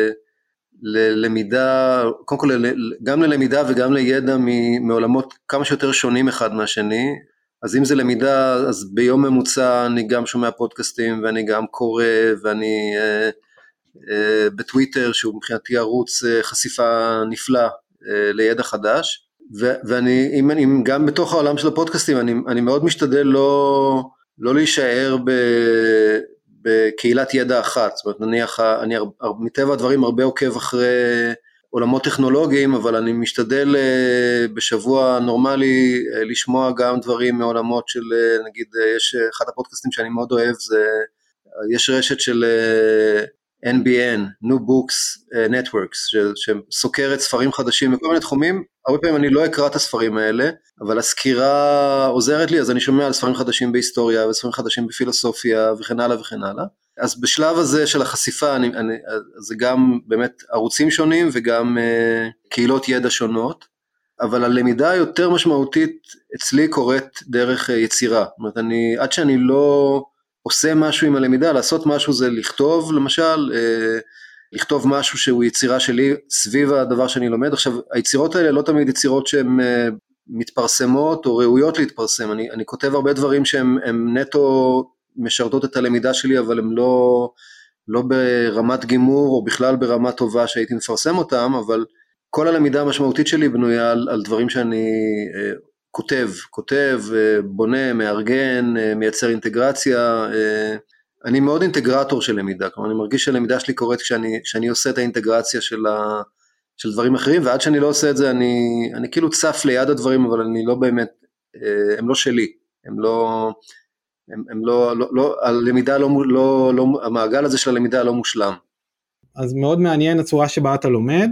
ללמידה, קודם כל גם ללמידה וגם לידע מעולמות כמה שיותר שונים אחד מהשני, אז אם זה למידה, אז ביום ממוצע אני גם שומע פודקאסטים ואני גם קורא ואני אה, אה, בטוויטר שהוא מבחינתי ערוץ אה, חשיפה נפלא אה, לידע חדש, ואני, אם, אם גם בתוך העולם של הפודקאסטים, אני, אני מאוד משתדל לא, לא להישאר ב, בקהילת ידע אחת, זאת אומרת, נניח, אני מטבע הדברים הרבה עוקב אחרי עולמות טכנולוגיים, אבל אני משתדל בשבוע נורמלי לשמוע גם דברים מעולמות של, נגיד, יש אחד הפודקאסטים שאני מאוד אוהב, זה, יש רשת של אן בי אן, New Books Networks, שסוקרת ספרים חדשים בכל מיני תחומים. הרבה פעמים אני לא אקרא את הספרים האלה, אבל הסקירה עוזרת לי, אז אני שומע על ספרים חדשים בהיסטוריה, וספרים חדשים בפילוסופיה, וכן הלאה וכן הלאה. אז בשלב הזה של החשיפה, אני, אני, זה גם באמת ערוצים שונים, וגם uh, קהילות ידע שונות, אבל הלמידה היותר משמעותית אצלי קורית דרך uh, יצירה. זאת אומרת, אני, עד שאני לא עושה משהו עם הלמידה, לעשות משהו זה לכתוב, למשל, uh, לכתוב משהו שהוא יצירה שלי סביב הדבר שאני לומד. עכשיו, היצירות האלה לא תמיד יצירות שהן uh, מתפרסמות או ראויות להתפרסם. אני, אני כותב הרבה דברים שהם נטו משרתות את הלמידה שלי, אבל הם לא, לא ברמת גימור או בכלל ברמה טובה שהייתי מפרסם אותם, אבל כל הלמידה המשמעותית שלי בנויה על, על דברים שאני אה, כותב, כותב, אה, בונה, מארגן, אה, מייצר אינטגרציה. אה, אני מאוד אינטגרטור של למידה, כלומר אני מרגיש שהלמידה שלי קורית כשאני, כשאני עושה את האינטגרציה של, ה, של דברים אחרים, ועד שאני לא עושה את זה, אני, אני כאילו צף ליד הדברים, אבל אני לא באמת, אה, הם לא שלי, הם לא... הם, הם לא, לא, לא, הלמידה לא, לא, לא, המעגל הזה של הלמידה לא מושלם. אז מאוד מעניין הצורה שבה אתה לומד,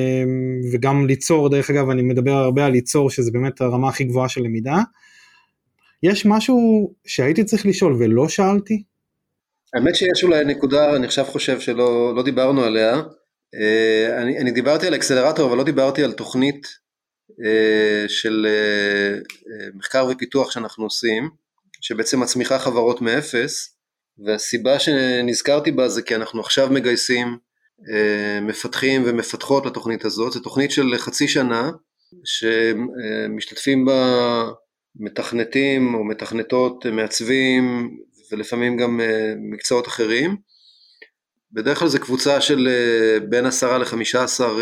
וגם ליצור, דרך אגב אני מדבר הרבה על ליצור, שזה באמת הרמה הכי גבוהה של למידה, יש משהו שהייתי צריך לשאול ולא שאלתי? האמת שיש אולי נקודה, אני עכשיו חושב שלא לא דיברנו עליה, אני, אני דיברתי על אקסלרטור, אבל לא דיברתי על תוכנית של מחקר ופיתוח שאנחנו עושים, שבעצם מצמיחה חברות מאפס, והסיבה שנזכרתי בה זה כי אנחנו עכשיו מגייסים מפתחים ומפתחות לתוכנית הזאת, זו תוכנית של חצי שנה, שמשתתפים בה מתכנתים או מתכנתות, מעצבים, ולפעמים גם מקצועות אחרים. בדרך כלל זו קבוצה של בין עשרה לחמישה עשר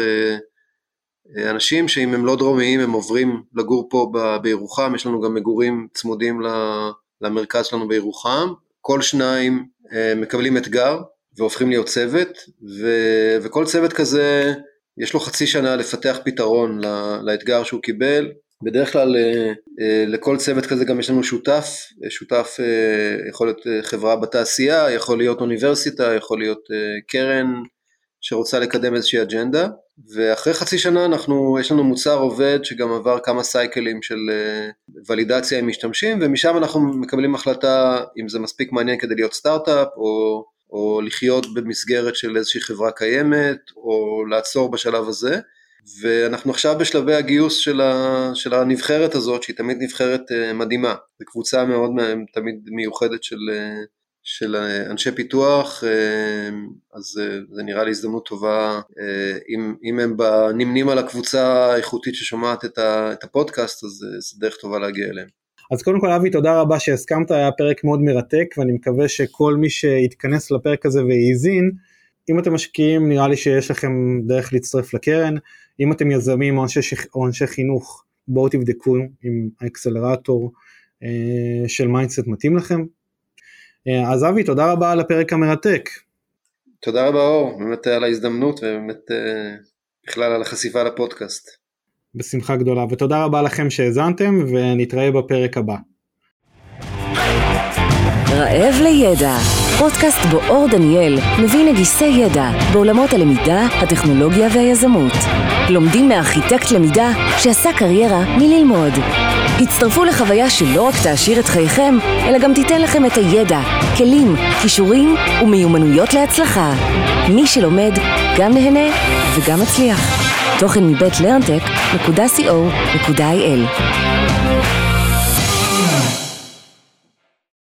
אנשים, שאם הם לא דרומיים הם עוברים לגור פה בירוחם, יש לנו גם מגורים צמודים למרכז שלנו בירוחם, כל שניים מקבלים אתגר והופכים להיות צוות, ו- וכל צוות כזה יש לו חצי שנה לפתח פתרון לאתגר שהוא קיבל. בדרך כלל לכל צוות כזה גם יש לנו שותף, שותף יכול להיות חברה בתעשייה, יכול להיות אוניברסיטה, יכול להיות קרן שרוצה לקדם איזושהי אג'נדה, ואחרי חצי שנה אנחנו, יש לנו מוצר עובד שגם עבר כמה סייקלים של ולידציה עם משתמשים, ומשם אנחנו מקבלים החלטה אם זה מספיק מעניין כדי להיות סטארט-אפ, או, או לחיות במסגרת של איזושהי חברה קיימת, או לעצור בשלב הזה. ואנחנו עכשיו בשלבי הגיוס של, ה, של הנבחרת הזאת, שהיא תמיד נבחרת מדהימה, זו קבוצה מאוד תמיד מיוחדת של, של אנשי פיתוח, אז זה נראה לי הזדמנות טובה, אם, אם הם נמנים על הקבוצה האיכותית ששומעת את, ה, את הפודקאסט, אז זה דרך טובה להגיע אליהם. אז קודם כל אבי, תודה רבה שהסכמת, היה פרק מאוד מרתק, ואני מקווה שכל מי שיתכנס לפרק הזה ויזין, אם אתם משקיעים, נראה לי שיש לכם דרך להצטרף לקרן, אם אתם יזמים או אנשי, או אנשי חינוך, בואו תבדקו אם האקסלרטור אה, של מיינדסט מתאים לכם. אה, אז אבי, תודה רבה על הפרק המרתק. תודה רבה אור, באמת על ההזדמנות, ובאמת אה, בכלל על החשיפה לפודקאסט. בשמחה גדולה, ותודה רבה לכם שהזנתם, ונתראה בפרק הבא. רעב לידע, פודקאסט בו אור דניאל מביא נגיסי ידע בעולמות הלמידה, הטכנולוגיה והיזמות. לומדים מארכיטקט למידה שעשה קריירה מללמוד. הצטרפו לחוויה שלא רק תעשיר את חייכם, אלא גם תיתן לכם את הידע, כלים, כישורים ומיומנויות להצלחה. מי שלומד גם נהנה וגם מצליח. תוכן מבית לרנטק נקודה סי או נקודה איי אל